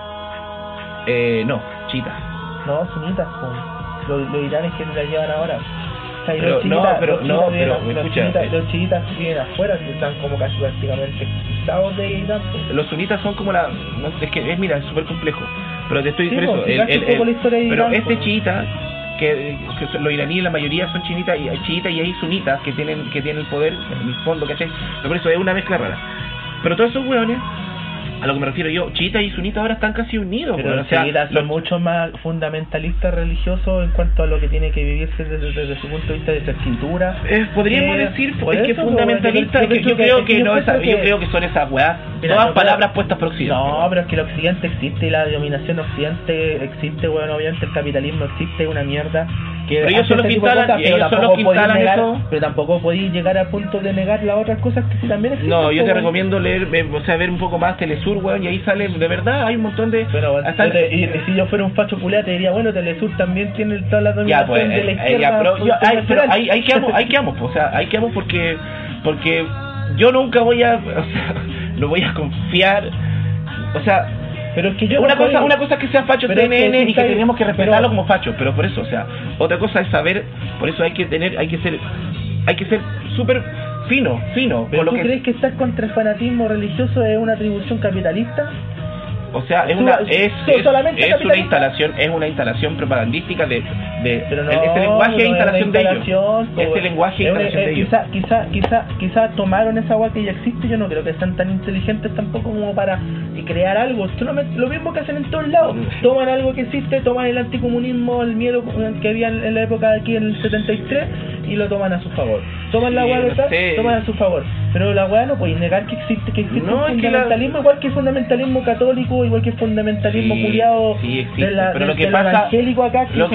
no, chiitas. No, sunitas, los iranes que la llevan ahora. O sea, los chiitas vienen afuera, que están como casi prácticamente expulsados de Irán. Los sunitas son como mira, es súper complejo. Pero te estoy diciendo pero este chiita, que los iraníes la mayoría son chiitas y hay sunitas que tienen el poder en el fondo, ¿cachai? Pero por eso es una mezcla rara. Pero todos esos hueones, a lo que me refiero yo, chiitas y sunitas ahora están casi unidos. Pero los chiitas son mucho más fundamentalistas religiosos en cuanto a lo que tiene que vivirse desde su punto de vista de su escritura. Podríamos decir que fundamentalista, yo creo que son esas weas, todas palabras puestas por Occidente. No, pero es que el Occidente existe y la dominación Occidente existe, bueno, obviamente el capitalismo existe, una mierda. Pero ellos son los que instalan, eso. Pero tampoco podéis llegar a punto de negar las otras cosas que sí también existen. No, yo te recomiendo leer, ver un poco más Telesur, weón, y ahí sale, de verdad, hay un montón de... Pero y si yo fuera un facho culiá te diría, bueno, Telesur también tiene toda la dominación de la izquierda. Pero ahí quedamos, o sea, ahí quedamos porque yo nunca voy a, no voy a confiar, o sea... Pero es que yo una cosa es que sea facho CNN y que tenemos que respetarlo como facho, pero por eso, o sea, otra cosa es saber, por eso hay que ser súper fino. ¿Pero tú crees que estar contra el fanatismo religioso es una atribución capitalista? O sea, es una instalación propagandística de ese lenguaje de instalación de ellos. Ese lenguaje de instalación de ellos. Quizá tomaron esa agua que ya existe. Yo no creo que sean tan inteligentes tampoco como para crear algo. Lo mismo que hacen en todos lados. Toman algo que existe, toman el anticomunismo, el miedo que había en la época de aquí en el 73 y lo toman a su favor. Toman la agua de acá, toman a su favor. Pero la weá no podéis negar que existe un fundamentalismo, igual que el fundamentalismo católico, igual que el fundamentalismo culiado pero lo que pasa, evangélico acá, el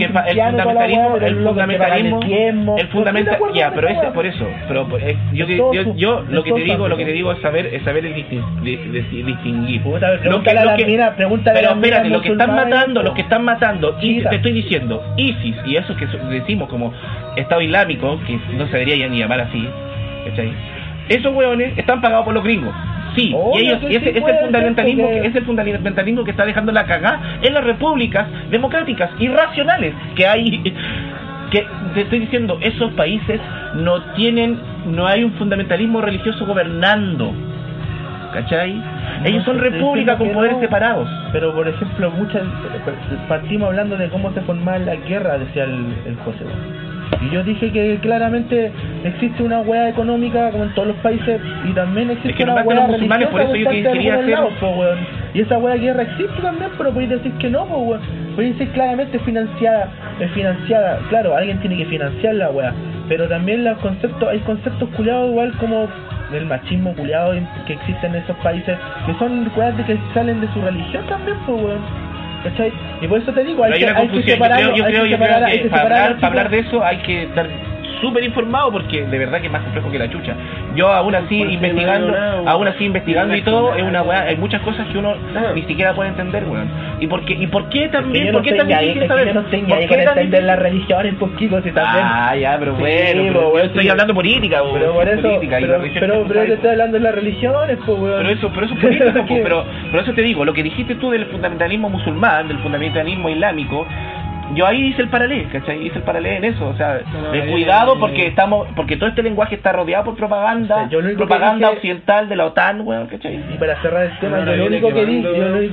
fundamentalismo, pero ese por eso, pero yo lo que te digo es saber el distinguir. Pregúntale pero espérate, los que están matando, y te estoy diciendo, ISIS y eso que decimos como Estado Islámico, que no se debería ya ni llamar así, ¿cachai? Esos hueones están pagados por los gringos. Sí, y ese es el fundamentalismo que está dejando la cagada en las repúblicas democráticas y racionales que hay. Que te estoy diciendo, esos países no hay un fundamentalismo religioso gobernando, ¿cachai? Ellos son repúblicas con poderes separados. Pero por ejemplo, partimos hablando de cómo se formaban las guerras, decía el José. Y yo dije que claramente existe una hueá económica como en todos los países y también existe una hueá religiosa. Por eso yo quería hacer... Y esa hueá de guerra existe también, pero podéis decir que no, podéis decir claramente es financiada. Claro, alguien tiene que financiar la hueá, pero también hay conceptos culiados igual como el machismo culiado que existen en esos países, que son hueás de que salen de su religión también, ¿cachai? Y por eso te digo, hay que separar. Yo creo que para hablar de eso hay que estar súper informado, porque de verdad que es más complejo que la chucha. Yo aún así investigando y todo, es una weá, hay muchas cosas que uno ni siquiera puede entender, weón. ¿Y por qué también? ¿Por qué también hay que saber? Yo no tengo ahí con entender las religiones, poquitos y también. Ah, ya, pero bueno, yo estoy hablando política, weón. Pero por eso, pero te estoy hablando de las religiones, pues, weón. Pero eso es política, pero eso te digo, lo que dijiste tú del fundamentalismo musulmán, del fundamentalismo islámico, yo ahí hice el paralelo, ¿cachai? Hice el paralelo en eso, o sea, de cuidado porque todo este lenguaje está rodeado por propaganda, propaganda occidental de la OTAN, weón, ¿cachai? Y para cerrar el tema, yo lo único que dije,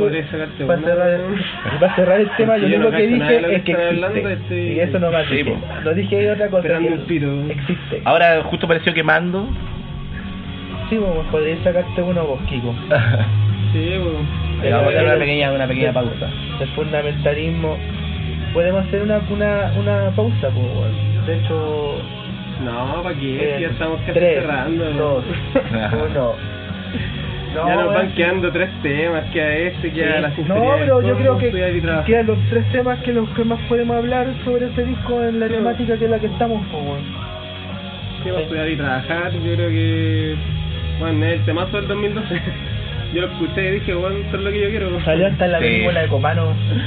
es que existe, y eso no más dije. No dije otra cosa, existe. Ahora justo pareció quemando. Sí, pues podrías sacarte uno vos, Kiko. Sí, weón. Vamos a hacer una pequeña pausa. El fundamentalismo. Podemos hacer una pausa, pues, weón. De hecho. No, ¿para qué? Ya estamos casi 3, cerrando. 2, 1. Ya nos van quedando 3 temas, queda queda la sinceridad. No, pero yo creo que quedan quedan los 3 temas que los que más podemos hablar sobre ese disco en la Sí, temática que es la que estamos, pues, weón. Vamos a estudiar y trabajar. Yo creo que, bueno, el temazo del 2012. Yo lo escuché y dije, bueno, esto es lo que yo quiero. Salió hasta en la película de Copano.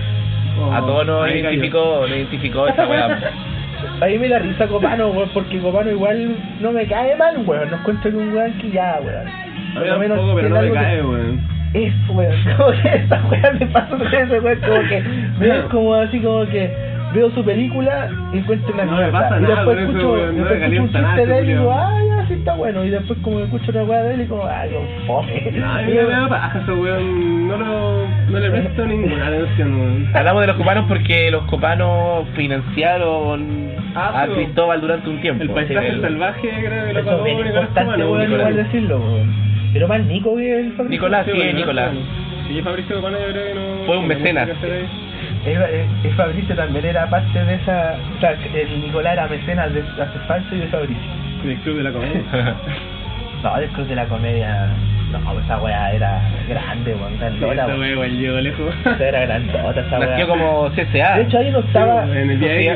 A todos nos identificó esta weá. A mí me da risa Copano, weón, porque Copano igual no me cae mal, weón. No encuentro que un weón que ya, weón. A mí tampoco, pero no me cae, weón. Eso, weón. Como que esta weá me pasa con ese weón, como que veo como así como que veo su película y encuentro una No mierda. me pasa Y nada después con eso, escucho, weón, no me después escucho un calienta nada chiste de él y ese digo, culiao. ya, sí está bueno. Y después como escucho una weá de él y como, como fome. A mí me da paja ese weón, no le presto ninguna atención, weón. Hablamos de los copanos porque los copanos financiaron a sí, Cristóbal durante un tiempo. El paisaje Sí, salvaje, creo que lo Eso pagó es bien Nicolás importante, Copano, weón, Nicolás. igual decirlo, weón. Pero más Nico que el Fabricio. Nicolás, sí, bueno, Nicolás. Sí, Fabricio Copano yo creo que no... Fue un no mecenas. mucho que hacer ahí. El Fabricio también era parte de esa. O sea, el Nicolás era mecenas de Hace Falso y de Fabricio. Del Club de la Comedia. No, del Club de la Comedia. No, esa weá era grande, weón. Grandota, Esta weón. weón llegó lejos. Esa era grandota, esa weá. Nació como CCA. De hecho, ahí no estaba. Sí, en el día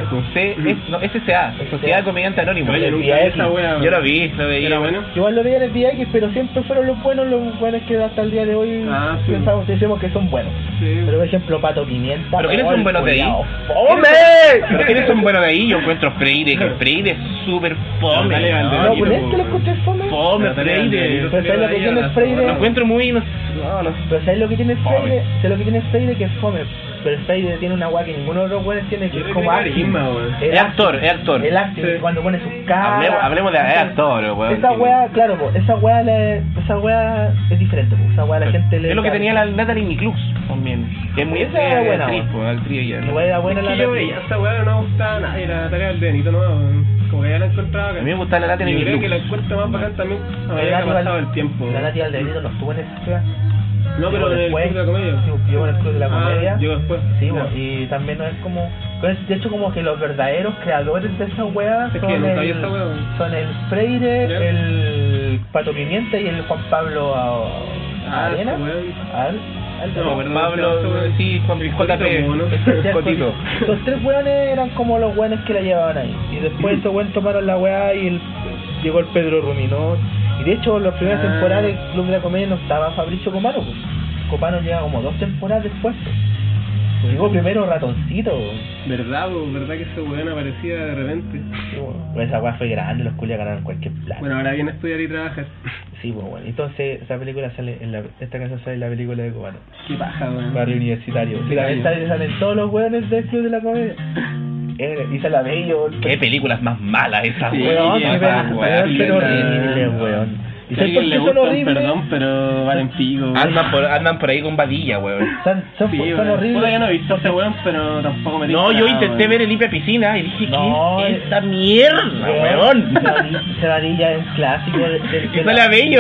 SCA, Sociedad de Comediante Anónimo. Oye, el nunca día vi X. esa weá. Yo lo vi, lo veía. ¿Era bueno? Igual lo veía en el VX, pero siempre fueron los buenos que hasta el día de hoy Sí. pensamos, decimos que son buenos. Sí. Pero por ejemplo, Pato Pimienta. ¿Pero quiénes son buenos de ahí? ¡Fome! ¿Pero quiénes son buenos de ahí? Yo encuentro Freire, que Freire es súper fome. Dale, ¿no? Valderito, No, por eso lo escuché fome. Fome, Freire. Pero ¿sabes lo que tiene Freire? Lo encuentro muy... No. Pero ¿sabes lo que tiene Fome. Freire? ¿Sabes lo que tiene Freire? Que es fome. Pero Freire tiene una weá que ninguno de los weones tiene, que es como carisma, acting. weón. Es actor. El acting, Sí. cuando pone sus caras. Hablemos de actor, weón. Esa weá, claro, po, esa weá es diferente, po. Esa weá la gente le... Es lo que tenía la Natalie Niclux también. Que es muy Esa era buena, actriz, weón. pues, actriz ella, ¿no? Igual era buena Es la que yo Natalie. veía esa weá, no me gustaba nada. Y la tarea del Benito no, weón. Como que ya la encontraba acá. A mí me gusta la Natalie Yo creo Niclux. que la encuentro más bacán también a medida que ha Nati pasado el tiempo. La Nati Valderito no estuvo en esa ciudad. No, pero en el Club de la Comedia. Sí, llegó en el Club de la Comedia. Llegó después. Sí, Ya. y también no es como... De hecho, como que los verdaderos creadores de esa weá Es que son, nunca vi esa weá. son el Freire, Ya. el Pato Pimienta y el Juan Pablo Arena. ese weón. No, perdón, Pablo, sí, Juan JP. ¿no? Cotito. Los 3 weones eran como los weones que la llevaban ahí. Y después esos weones tomaron la weá y llegó el Pedro Ruminot. Y de hecho, las primeras temporadas del Club de la Comedia no estaba Fabricio Copano. Pues. Copano llega como 2 temporadas después. Pues. Llegó primero Ratoncito. ¿Verdad, po? ¿Verdad que ese weón aparecía de repente? Sí, bueno. Pues esa weá fue grande, los culias ganaron cualquier plata. Bueno, ahora viene a estudiar y trabajar. Sí, pues bueno. Entonces, esa película sale esta canción sale en la película de Copano. Qué paja, weón. Barrio Universitario. Sí, también salen todos los weones del Club de la Comedia. Y se la bello. Qué películas más malas esas, Sí, Weón, qué sí, paja, weón, weón. son horribles, weón. ¿Y Si a sabes por alguien qué le son gustan, horribles? perdón, pero valen pico. Andan por ahí con vadilla, weón. Son Sí, son horribles. Puta, yo no he visto ese weón, pero tampoco me No, tinca yo nada, intenté weón. ver el Limpia Piscina y dije, No, ¿qué es esta mierda, weón? Cebadilla es un clásico Y sale a Bello.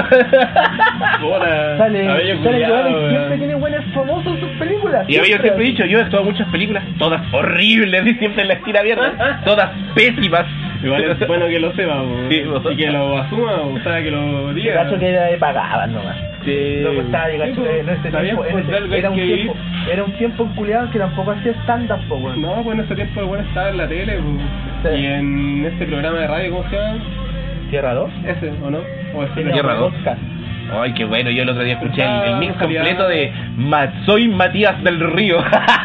Puta, Sale Abello weón, culiao, y siempre weón. tiene buenos famosos en sus películas. Y Abello siempre he dicho, yo he actuado en muchas películas, todas horribles, y siempre en la esquina abierta, todas pésimas. Igual es bueno que lo sepa, weón. Sí, weón. Y que lo asuma, o sea, que lo Yo diga. cacho que pagaban nomás. Sí. Lo que estaba, yo cacho Sí, que en ese está bien, tiempo, pues, algo hay era un que tiempo, era un tiempo enculiado que tampoco hacía stand-up, po, weón. No, pues en ese tiempo el weón estaba en la tele, pues. Sí. Y en este programa de radio, ¿cómo se llama? ¿Tierra 2? Ese, ¿o no? O ese Tenía Tierra un 2. podcast. Ay, qué bueno, yo el otro día escuché el mix Salía- completo de Soy Matías del Río.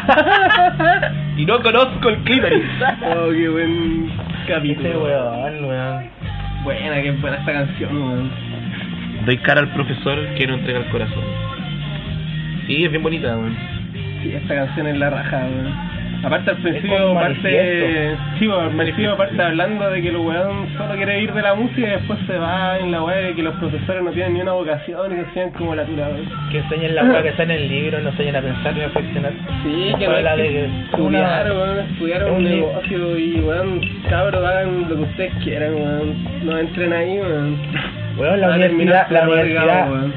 Y no conozco el clítoris. Oh, qué buen capítulo. Ese weón. Buena, qué buena esta canción, weón. Doy cara al profesor que no entrega el corazón. Sí, es bien bonita, weón. Sí, esta canción es la raja, weón. Aparte al como principio un parte... manifiesto. Sí, pues, al principio parte hablando de que el weón solo quiere ir de la música y después se va en la weá de que los profesores no tienen ni una vocación y que sean como la tura, weón. Que enseñen la weá que está en el libro, no enseñen a pensar ni a reflexionar. Sí, que no Habla hay que de estudiar, weón, estudiar es un un li- negocio y, weón, cabros, hagan lo que ustedes quieran, weón. No entren ahí, weón. Weón, la Va a terminar universidad, todo amargado, weón.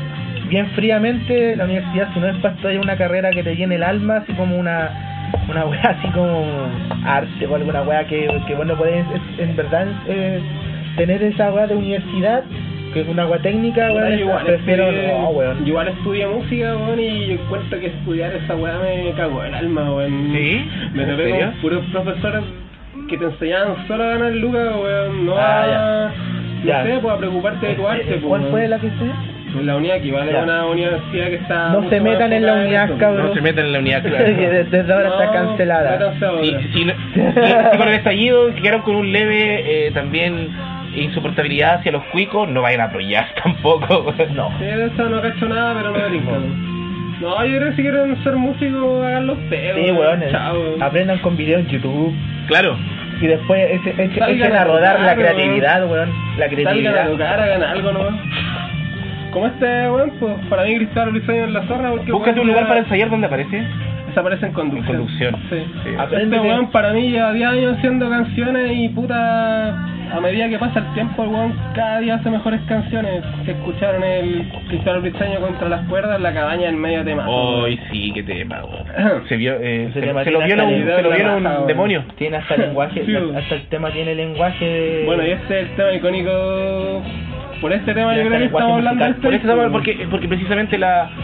bien fríamente, la universidad, si no es para estudiar una carrera que te llene el alma, así como una wea así como arte o alguna wea que bueno, podés en verdad tener esa wea de universidad, que es una wea técnica, weón, prefiero no, weón. Yo igual estudié música, weón, y yo encuentro que estudiar esa wea me cagó el alma, weón. ¿Sí? Me ¿En topé serio? con puros profesores que te enseñaban solo a ganar lucas, weón, no Ya. no sé, pues a preocuparte de tu arte, pues. ¿Cuál fue la que estudió? La unidad que vale Ya. una universidad que está No mucho se más metan en la enfocada unidad, eso. cabrón. No se metan en la unidad, claro. Que desde ahora está cancelada. métanse ahora. Si con el estallido quedaron con un leve también insoportabilidad hacia los cuicos, no vayan a apoyar tampoco. No. Sí, de eso no cacho nada, pero no delincan. No, yo creo que si quieren ser músicos, hagan los pedos. Sí, weón. Chao. Aprendan con videos en YouTube. Claro. Y después Salgan echen a a rodar tocar, la creatividad, weón. La Salgan a creatividad. tocar, hagan algo nomás. Como este weón, pues para mí Cristóbal Briseño en la zorra. Porque Búscate un lugar para ensayar donde aparece. Desaparece en conducción. En conducción. Sí. Sí. Aprende Este de- weón para mí lleva 10 años haciendo canciones y puta, a medida que pasa el tiempo el weón cada día hace mejores canciones. Se escucharon el Cristóbal Briseño contra las cuerdas, la cabaña en medio tema. Hoy sí, qué tema, weón. Se vio, Ese tema se lo tiene viola hasta la un raja, weón. demonio. Tiene hasta lenguaje, Sí, weón. hasta el tema tiene lenguaje. Bueno, y este es el tema icónico. Por este tema Ya yo creo está, que estamos lenguaje hablando de musical. este Por eso estamos, disco. porque precisamente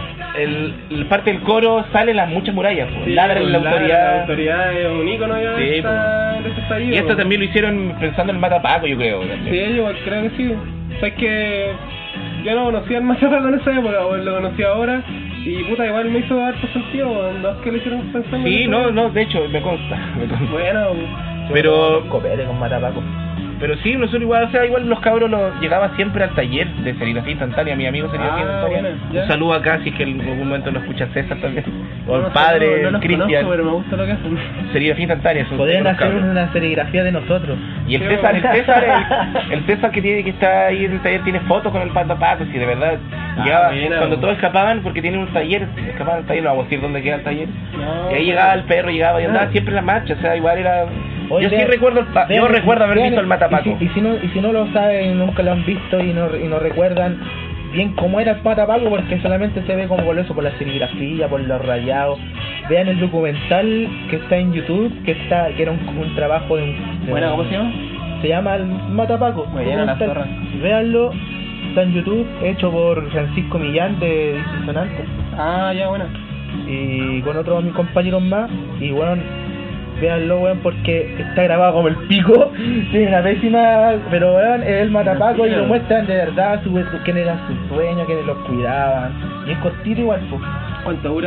el parte del coro sale las muchas murallas, pues. Sí, Ladran pues, la La autoridad. autoridad es un ícono ya Sí, de este estallido. Y esto también lo hicieron pensando en el Matapaco, yo creo. también. Sí, yo igual creo que sí. O sea, es que yo no conocía al Machapaco en esa época, weón, lo conocí ahora. Y puta, igual me hizo harto sentido, weón. No es que lo hicieron pensando Sí, en no, eso. no, de hecho, me consta. Bueno, Pero Copete con Matapaco. Pero sí, nosotros igual, o sea, igual los cabros llegaba siempre al taller de serigrafía instantánea, mi amigo serigrafía instantánea. bueno, ya. Un saludo acá, si es que en algún momento nos escucha César también, o el no sé, padre, no los Cristian. conozco, pero me gusta lo que hacen. Serigrafía instantánea, son Podrían unos hacer cabros. una serigrafía de nosotros. Y el Sí, César, bueno. el César que está ahí en el taller tiene fotos con el Matapaco, si de verdad llegaba, buena, cuando bo. todos escapaban, porque tienen un taller, escapaban del taller, no vamos a decir dónde queda el taller, No, y ahí llegaba el perro, llegaba y andaba siempre en la marcha, o sea, igual era... Oye, yo sí vean- recuerdo, yo vean- recuerdo haber vean- visto el Matapaco. Y si no lo saben, nunca lo han visto y no recuerdan bien cómo era el Matapaco, porque solamente se ve como por eso, por la serigrafía, por los rayados. Vean el documental que está en YouTube, que era un trabajo de Bueno, ¿cómo se llama? Se llama el Matapaco. Buena, la documental. zorra. Véanlo, está en YouTube, hecho por Francisco Millán de Disonante Ah, ya, bueno. y con otros mis compañeros más. Y bueno, véanlo, weón, porque está grabado como el pico. Tiene una pésima, pero weón, es el Matapaco y lo muestran de verdad quién era su sueño, quiénes los cuidaban. Y es cortito igual, pues. ¿Cuánto dura?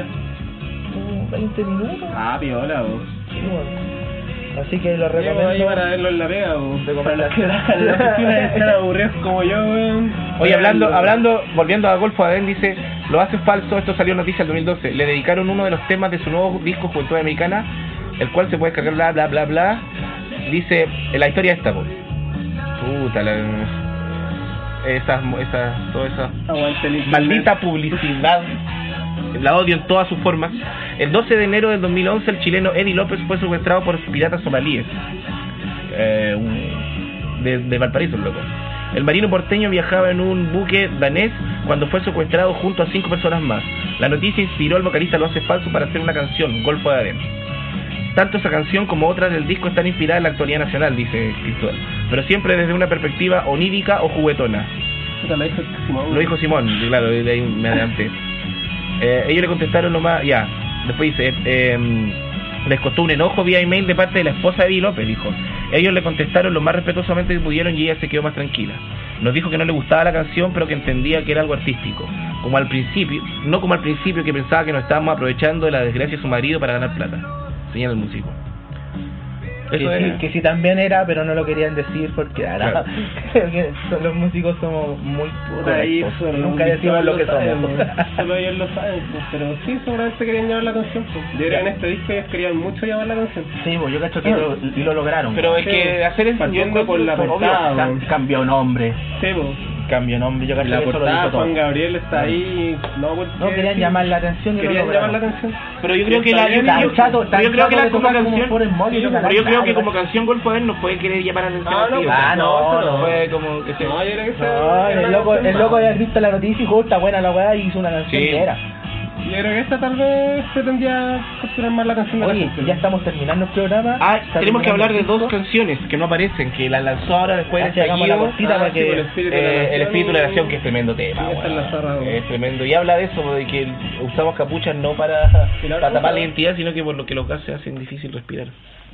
20 minutos. Ah, piola, vos. Sí, weón. Así que lo Llego ahí recomiendo. para verlo en la pega, vos. Para los que Recomendación. trabajan en la oficina y están aburridos como yo, weón. Oye, Véanlo. hablando, volviendo a Golfo Adén, dice, lo hace falso, esto salió en noticia el 2012, le dedicaron uno de los temas de su nuevo disco Juventud Americana, el cual se puede descargar bla bla bla bla, dice, la historia esta, pues, puta, toda esa Aguante el internet. maldita publicidad, la odio en todas sus formas. El 12 de enero del 2011 el chileno Eddie López fue secuestrado por piratas somalíes, de Valparaíso, loco. El marino porteño viajaba en un buque danés cuando fue secuestrado junto a 5 personas más. La noticia inspiró al vocalista Lo Hace Falso para hacer una canción, Golfo de Adén. Tanto esa canción como otras del disco están inspiradas en la actualidad nacional, dice Cristóbal, pero siempre desde una perspectiva onírica o juguetona. Puta, lo dijo Simón. Lo dijo Simón, claro, de ahí me adelanté. Ellos le contestaron nomás, ya, después dice, les costó un enojo vía email de parte de la esposa de Eddie López, dijo. Ellos le contestaron lo más respetuosamente que pudieron y ella se quedó más tranquila. Nos dijo que no le gustaba la canción, pero que entendía que era algo artístico. Como al principio, no como al principio que pensaba que nos estábamos aprovechando de la desgracia de su marido para ganar plata. Señala el músico. Eso Que sí, es. que sí también era, pero no lo querían decir porque ahora Claro. los músicos somos muy Puta, ahí correctos. solo Nunca ellos decimos lo que saben, somos. weón. Solo ellos lo saben, pues, pero sí, seguramente querían llamar la atención, pues. Yo creo que en este disco ellos querían mucho llamar la atención. Sí, pues yo cacho que lo lograron. Pero es Sí, que hacer eso partiendo por la portada, cambió nombre. Sí, pues. cambio de nombre, yo En caché la que eso lo portada dijo todo. Juan Gabriel está ahí, No, querían llamar la atención. Querían llamar la atención. Pero yo creo que Está la bien, yo chato, pero yo creo que la como canción, pero pero yo creo que como canción Gol Poder no puede querer llamar la atención. Ah, no, así, pues, o sea, no. fue como que se No, yo creo que No, el loco había visto la noticia y dijo, está buena la weá, y hizo una canción Sí. que era. Yo creo que esta tal vez pretendía capturar más la atención de la Oye, gente. ya estamos terminando el programa. Ah, Está tenemos que terminando hablar de el dos disco. canciones que no aparecen, que la lanzó ahora después Así del hagamos la estallido. cortita para sí, que... pues, el espíritu de la nación. El espíritu de la nación, que es tremendo tema. Sí, esa es la zorra, güey. Es tremendo. Y habla de eso, de que usamos capuchas no para Y la otra tapar cosa- la identidad, sino que por lo que los gases hacen difícil respirar.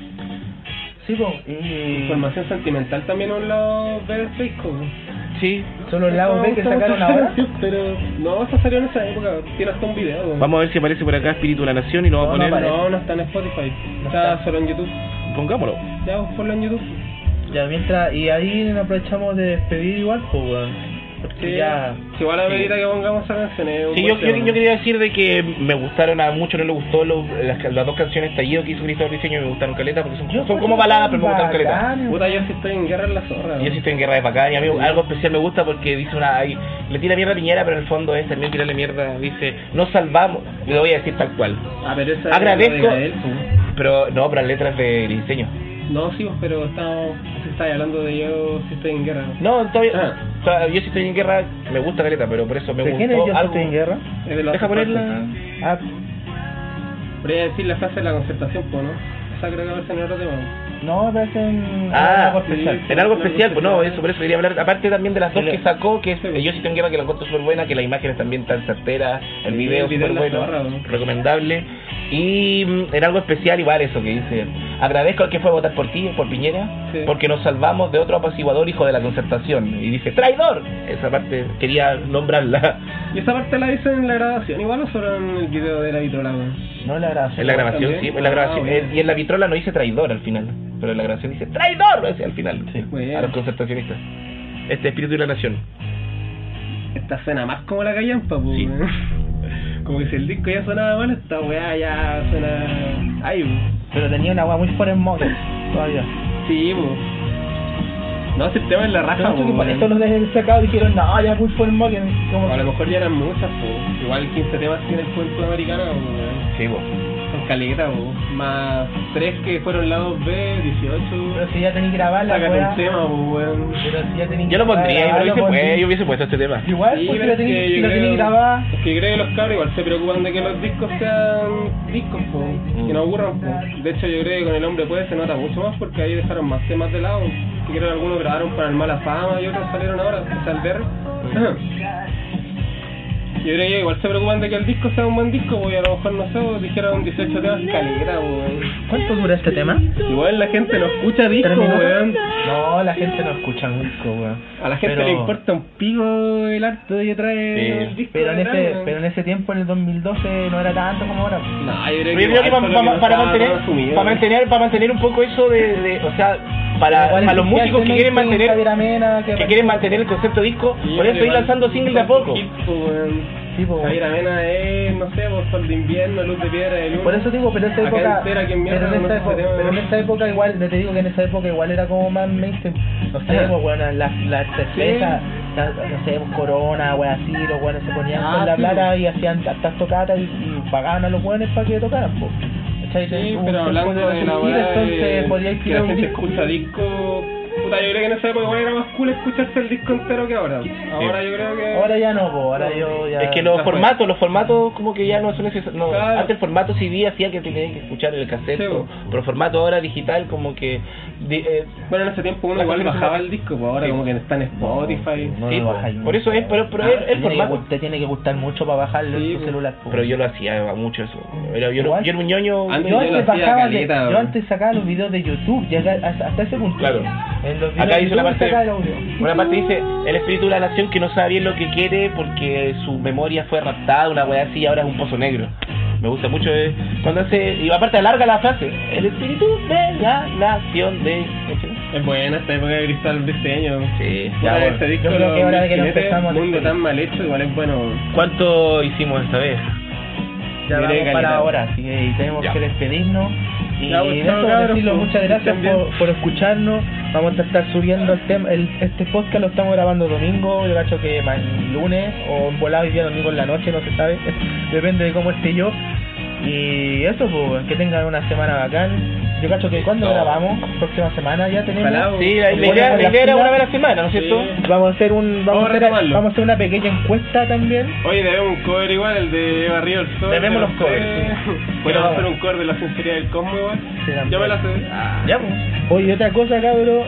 Sí, po, y... Información sentimental también en los B de este disco. Sí. Son los lagos B que sacaron ahora. Pero no, eso salió en esa época. Tiene hasta un video. güey. Vamos a ver si aparece por acá Espíritu de la Nación y lo vamos a No, poner. no aparece. No está en Spotify. No Está está. solo en YouTube. Pongámoslo. Ya, vos ponlo en YouTube. Ya, mientras... Y ahí nos aprovechamos de despedir igual, pues, weón. Porque Sí, ya... si igual a Sí. medida que pongamos esa canción es un Sí, buen yo tema. quería decir de que me gustaron, a muchos no les gustó las dos canciones Estallido que hizo Cristóbal Diseño, me gustaron caleta porque son como baladas, pero me gustaron caleta. bacanes. Puta, yo sí estoy en guerra en la zorra. Y yo sí estoy en guerra de bacán y a mí algo especial me gusta porque dice le tira mierda a Piñera, pero en el fondo es también tirarle mierda, dice, nos salvamos, le voy a decir tal cual. Ah, pero esa Agradezco, es la de él, pues. pero no, pero las letras de Diseño. No, sí, pues, pero estamos... Si estáis hablando de yo si estoy en guerra. No, todavía, Ah. o sea, yo sí estoy en guerra, me gusta caleta, pero por eso me ¿De gustó quién es Yo algo. estoy en guerra? Es de los Deja Azul ponerla. Ah, Pero iba a decir la frase de la concertación, pues, ¿no? Esa creo que va a ser en otro tema. no, me parece en Ah, algo especial. en algo especial, pues no, eso por eso quería hablar, aparte también de las dos Sí, que le- sacó, que es sí. Yo sí tengo guerra, que la encuentro súper buena, que las imágenes también tan certeras, el Sí, video el video súper es la bueno, zorra, ¿no? recomendable, y en algo especial igual eso que dice, agradezco al que fue a votar por ti, por Piñera, Sí. porque nos salvamos de otro apaciguador hijo de la concertación, y dice, traidor, esa parte quería nombrarla, ¿Y esa parte la hice en la grabación igual o solo en el video de la vitrola, güey? No la grabación. en la grabación, también. sí, en la grabación, Ah, bueno. y en la vitrola no dice traidor al final, pero en la grabación dice, traidor, decía al final, Sí, muy bien. a los concertacionistas, este espíritu de la nación. Esta suena más como la callampa, pues. Sí. güey. Como que si el disco ya sonaba mal, esta weá ya suena... Ay, güey. Pero tenía una agua muy fuera en moto todavía. Sí, pues. No, si el tema es la raja, Yo creo que por güey. eso los de sacado dijeron, no, ya muy fuera en moto. Como... A lo mejor ya eran muchas, pues. Igual 15 temas tiene el cuento americano, güey. Sí, vos. Son caletas, pues. Más 3 que fueron lados B, 18. Pero si ya tenía que grabar la Sácate weá. un tema, pues, weón. Pero si ya tenía que Yo lo pondría, grabarlo, yo hubiese puesto este tema. Igual, Sí, porque pero lo tenía es que si yo lo tenía que creo- grabar. Es que creo que los cabros igual se preocupan de que los discos sean discos, po, que no aburran. Po. De hecho, yo creo que con El Hombre Puede se nota mucho más porque ahí dejaron más temas de lado. Que creo que algunos grabaron para el Mala Fama y otros salieron ahora, o sea, el DR. Yo creo que igual se preocupan de que el disco sea un buen disco, pues, y a lo mejor no sé, dijeron 18 temas calera, weón. ¿Cuánto dura este tema? Igual la gente no escucha disco, 3 minutos. weón. No, la gente no escucha un disco, weón. A la gente Pero- le importa un pico el arte que trae Sí. el disco. Pero en detrás, ese, weón. pero en ese tiempo, en el 2012, no era tanto como ahora. No, yo Pero yo creo que igual, solo no para estaba mantener, tan asumido, para mantener un poco eso de o sea, para los músicos que quieren mantener que quieren mantener el concepto disco, Sí, por eso ir igual, lanzando single de a poco. hit, pues, weón. Sí, po. Javier Amena es, no sé, por Sol de Invierno, Luz de Piedra de Luna. Por eso digo, pero en esa Acá época, entera, que mierda, pero en no esa sé, época, tema, pero en weón. esa época igual, yo te digo que en esa época igual era como más mainstream, no sé, Ajá. pues bueno, las cervezas, no sé, pues Corona, weón, así, los weones se ponían Ah, con la sí, plata pues. y hacían tantas tocatas y pagaban a los weones para que tocaran, pues. ¿Cachai? Sí, Hubo un pero tiempo hablando de la resistir, weá entonces podía que la tirar un gente disco. escucha disco. Puta, yo creo que en esa época igual era más cool escucharse el disco entero que ahora. Ahora yo creo que... Ahora ya no, pues, ahora yo ya... Es que ya los fue. formatos como que ya no son necesarios. No, Claro. antes el formato CD hacía que tenían que escuchar el cassette, Sí, o- pero el formato ahora digital como que Bueno, en ese tiempo uno la igual cosa que bajaba se- el disco, pues ahora Sí. como que está en Spotify. No sí, lo po, bajáis por eso es, pero Ah, el formato. Te tiene que gustar mucho para bajarlo Sí, en tu po. celular, pues. Pero yo lo hacía mucho eso. Yo Igual. era un ñoño. Antes Yo yo lo antes hacía bajaba caleta, yo weón. antes sacaba los videos de YouTube, llega hasta ese punto. Claro. En los videos Acá de dice una YouTube parte, sacaba el audio. una parte dice el espíritu de la nación que no sabe bien lo que quiere porque su memoria fue raptada, una weá así y ahora es un pozo negro. Me gusta mucho cuando hace, y aparte alarga la frase, el espíritu de la nación de... Es buena esta época de Cristal Briseño. Sí, Ya, ya, este bueno. disco Yo creo que ahora que lo empezamos a mundo despedir. tan mal hecho, igual es bueno. ¿Cuánto hicimos esta vez? Ya Diré vamos para calidad. ahora, así que tenemos Ya. que despedirnos. Y Ya, pues, eso, chao, cabros, decirlo, pues, muchas que gracias estén bien. por escucharnos. Vamos a estar subiendo este podcast, lo estamos grabando domingo, yo cacho que más lunes o volado y día domingo en la noche, no se sabe, depende de cómo esté yo. Y eso, pues, que tengan una semana bacán. Yo cacho que cuando grabamos, próxima semana ya tenemos. Sí, la idea era una vez a la semana, ¿no es cierto? Vamos a hacer vamos a hacer una pequeña encuesta también. Oye, debemos un cover igual, el de Barrio del Sol. Debemos los covers. Podemos hacer un cover de la sinceridad del Cosmo igual. Sí, Yo me la sé. Ya, pues. Oye, otra cosa, cabrón,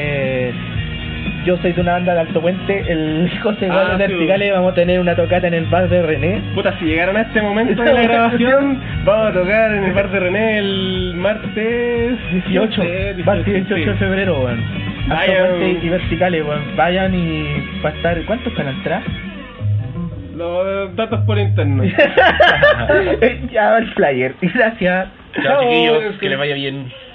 yo soy de una banda de Alto Puente, el José Guardia Verticales, vamos a tener una tocata en el bar de René. Puta, si llegaron a este momento de la grabación, vamos a tocar en el bar de René el martes 18 de febrero, weón. Alto Puente y Verticales, weón. Vayan y va a estar, ¿cuánto está la entrada? Los datos por internet. Ya va el flyer. Gracias. Chao, chiquillos, que les vaya bien.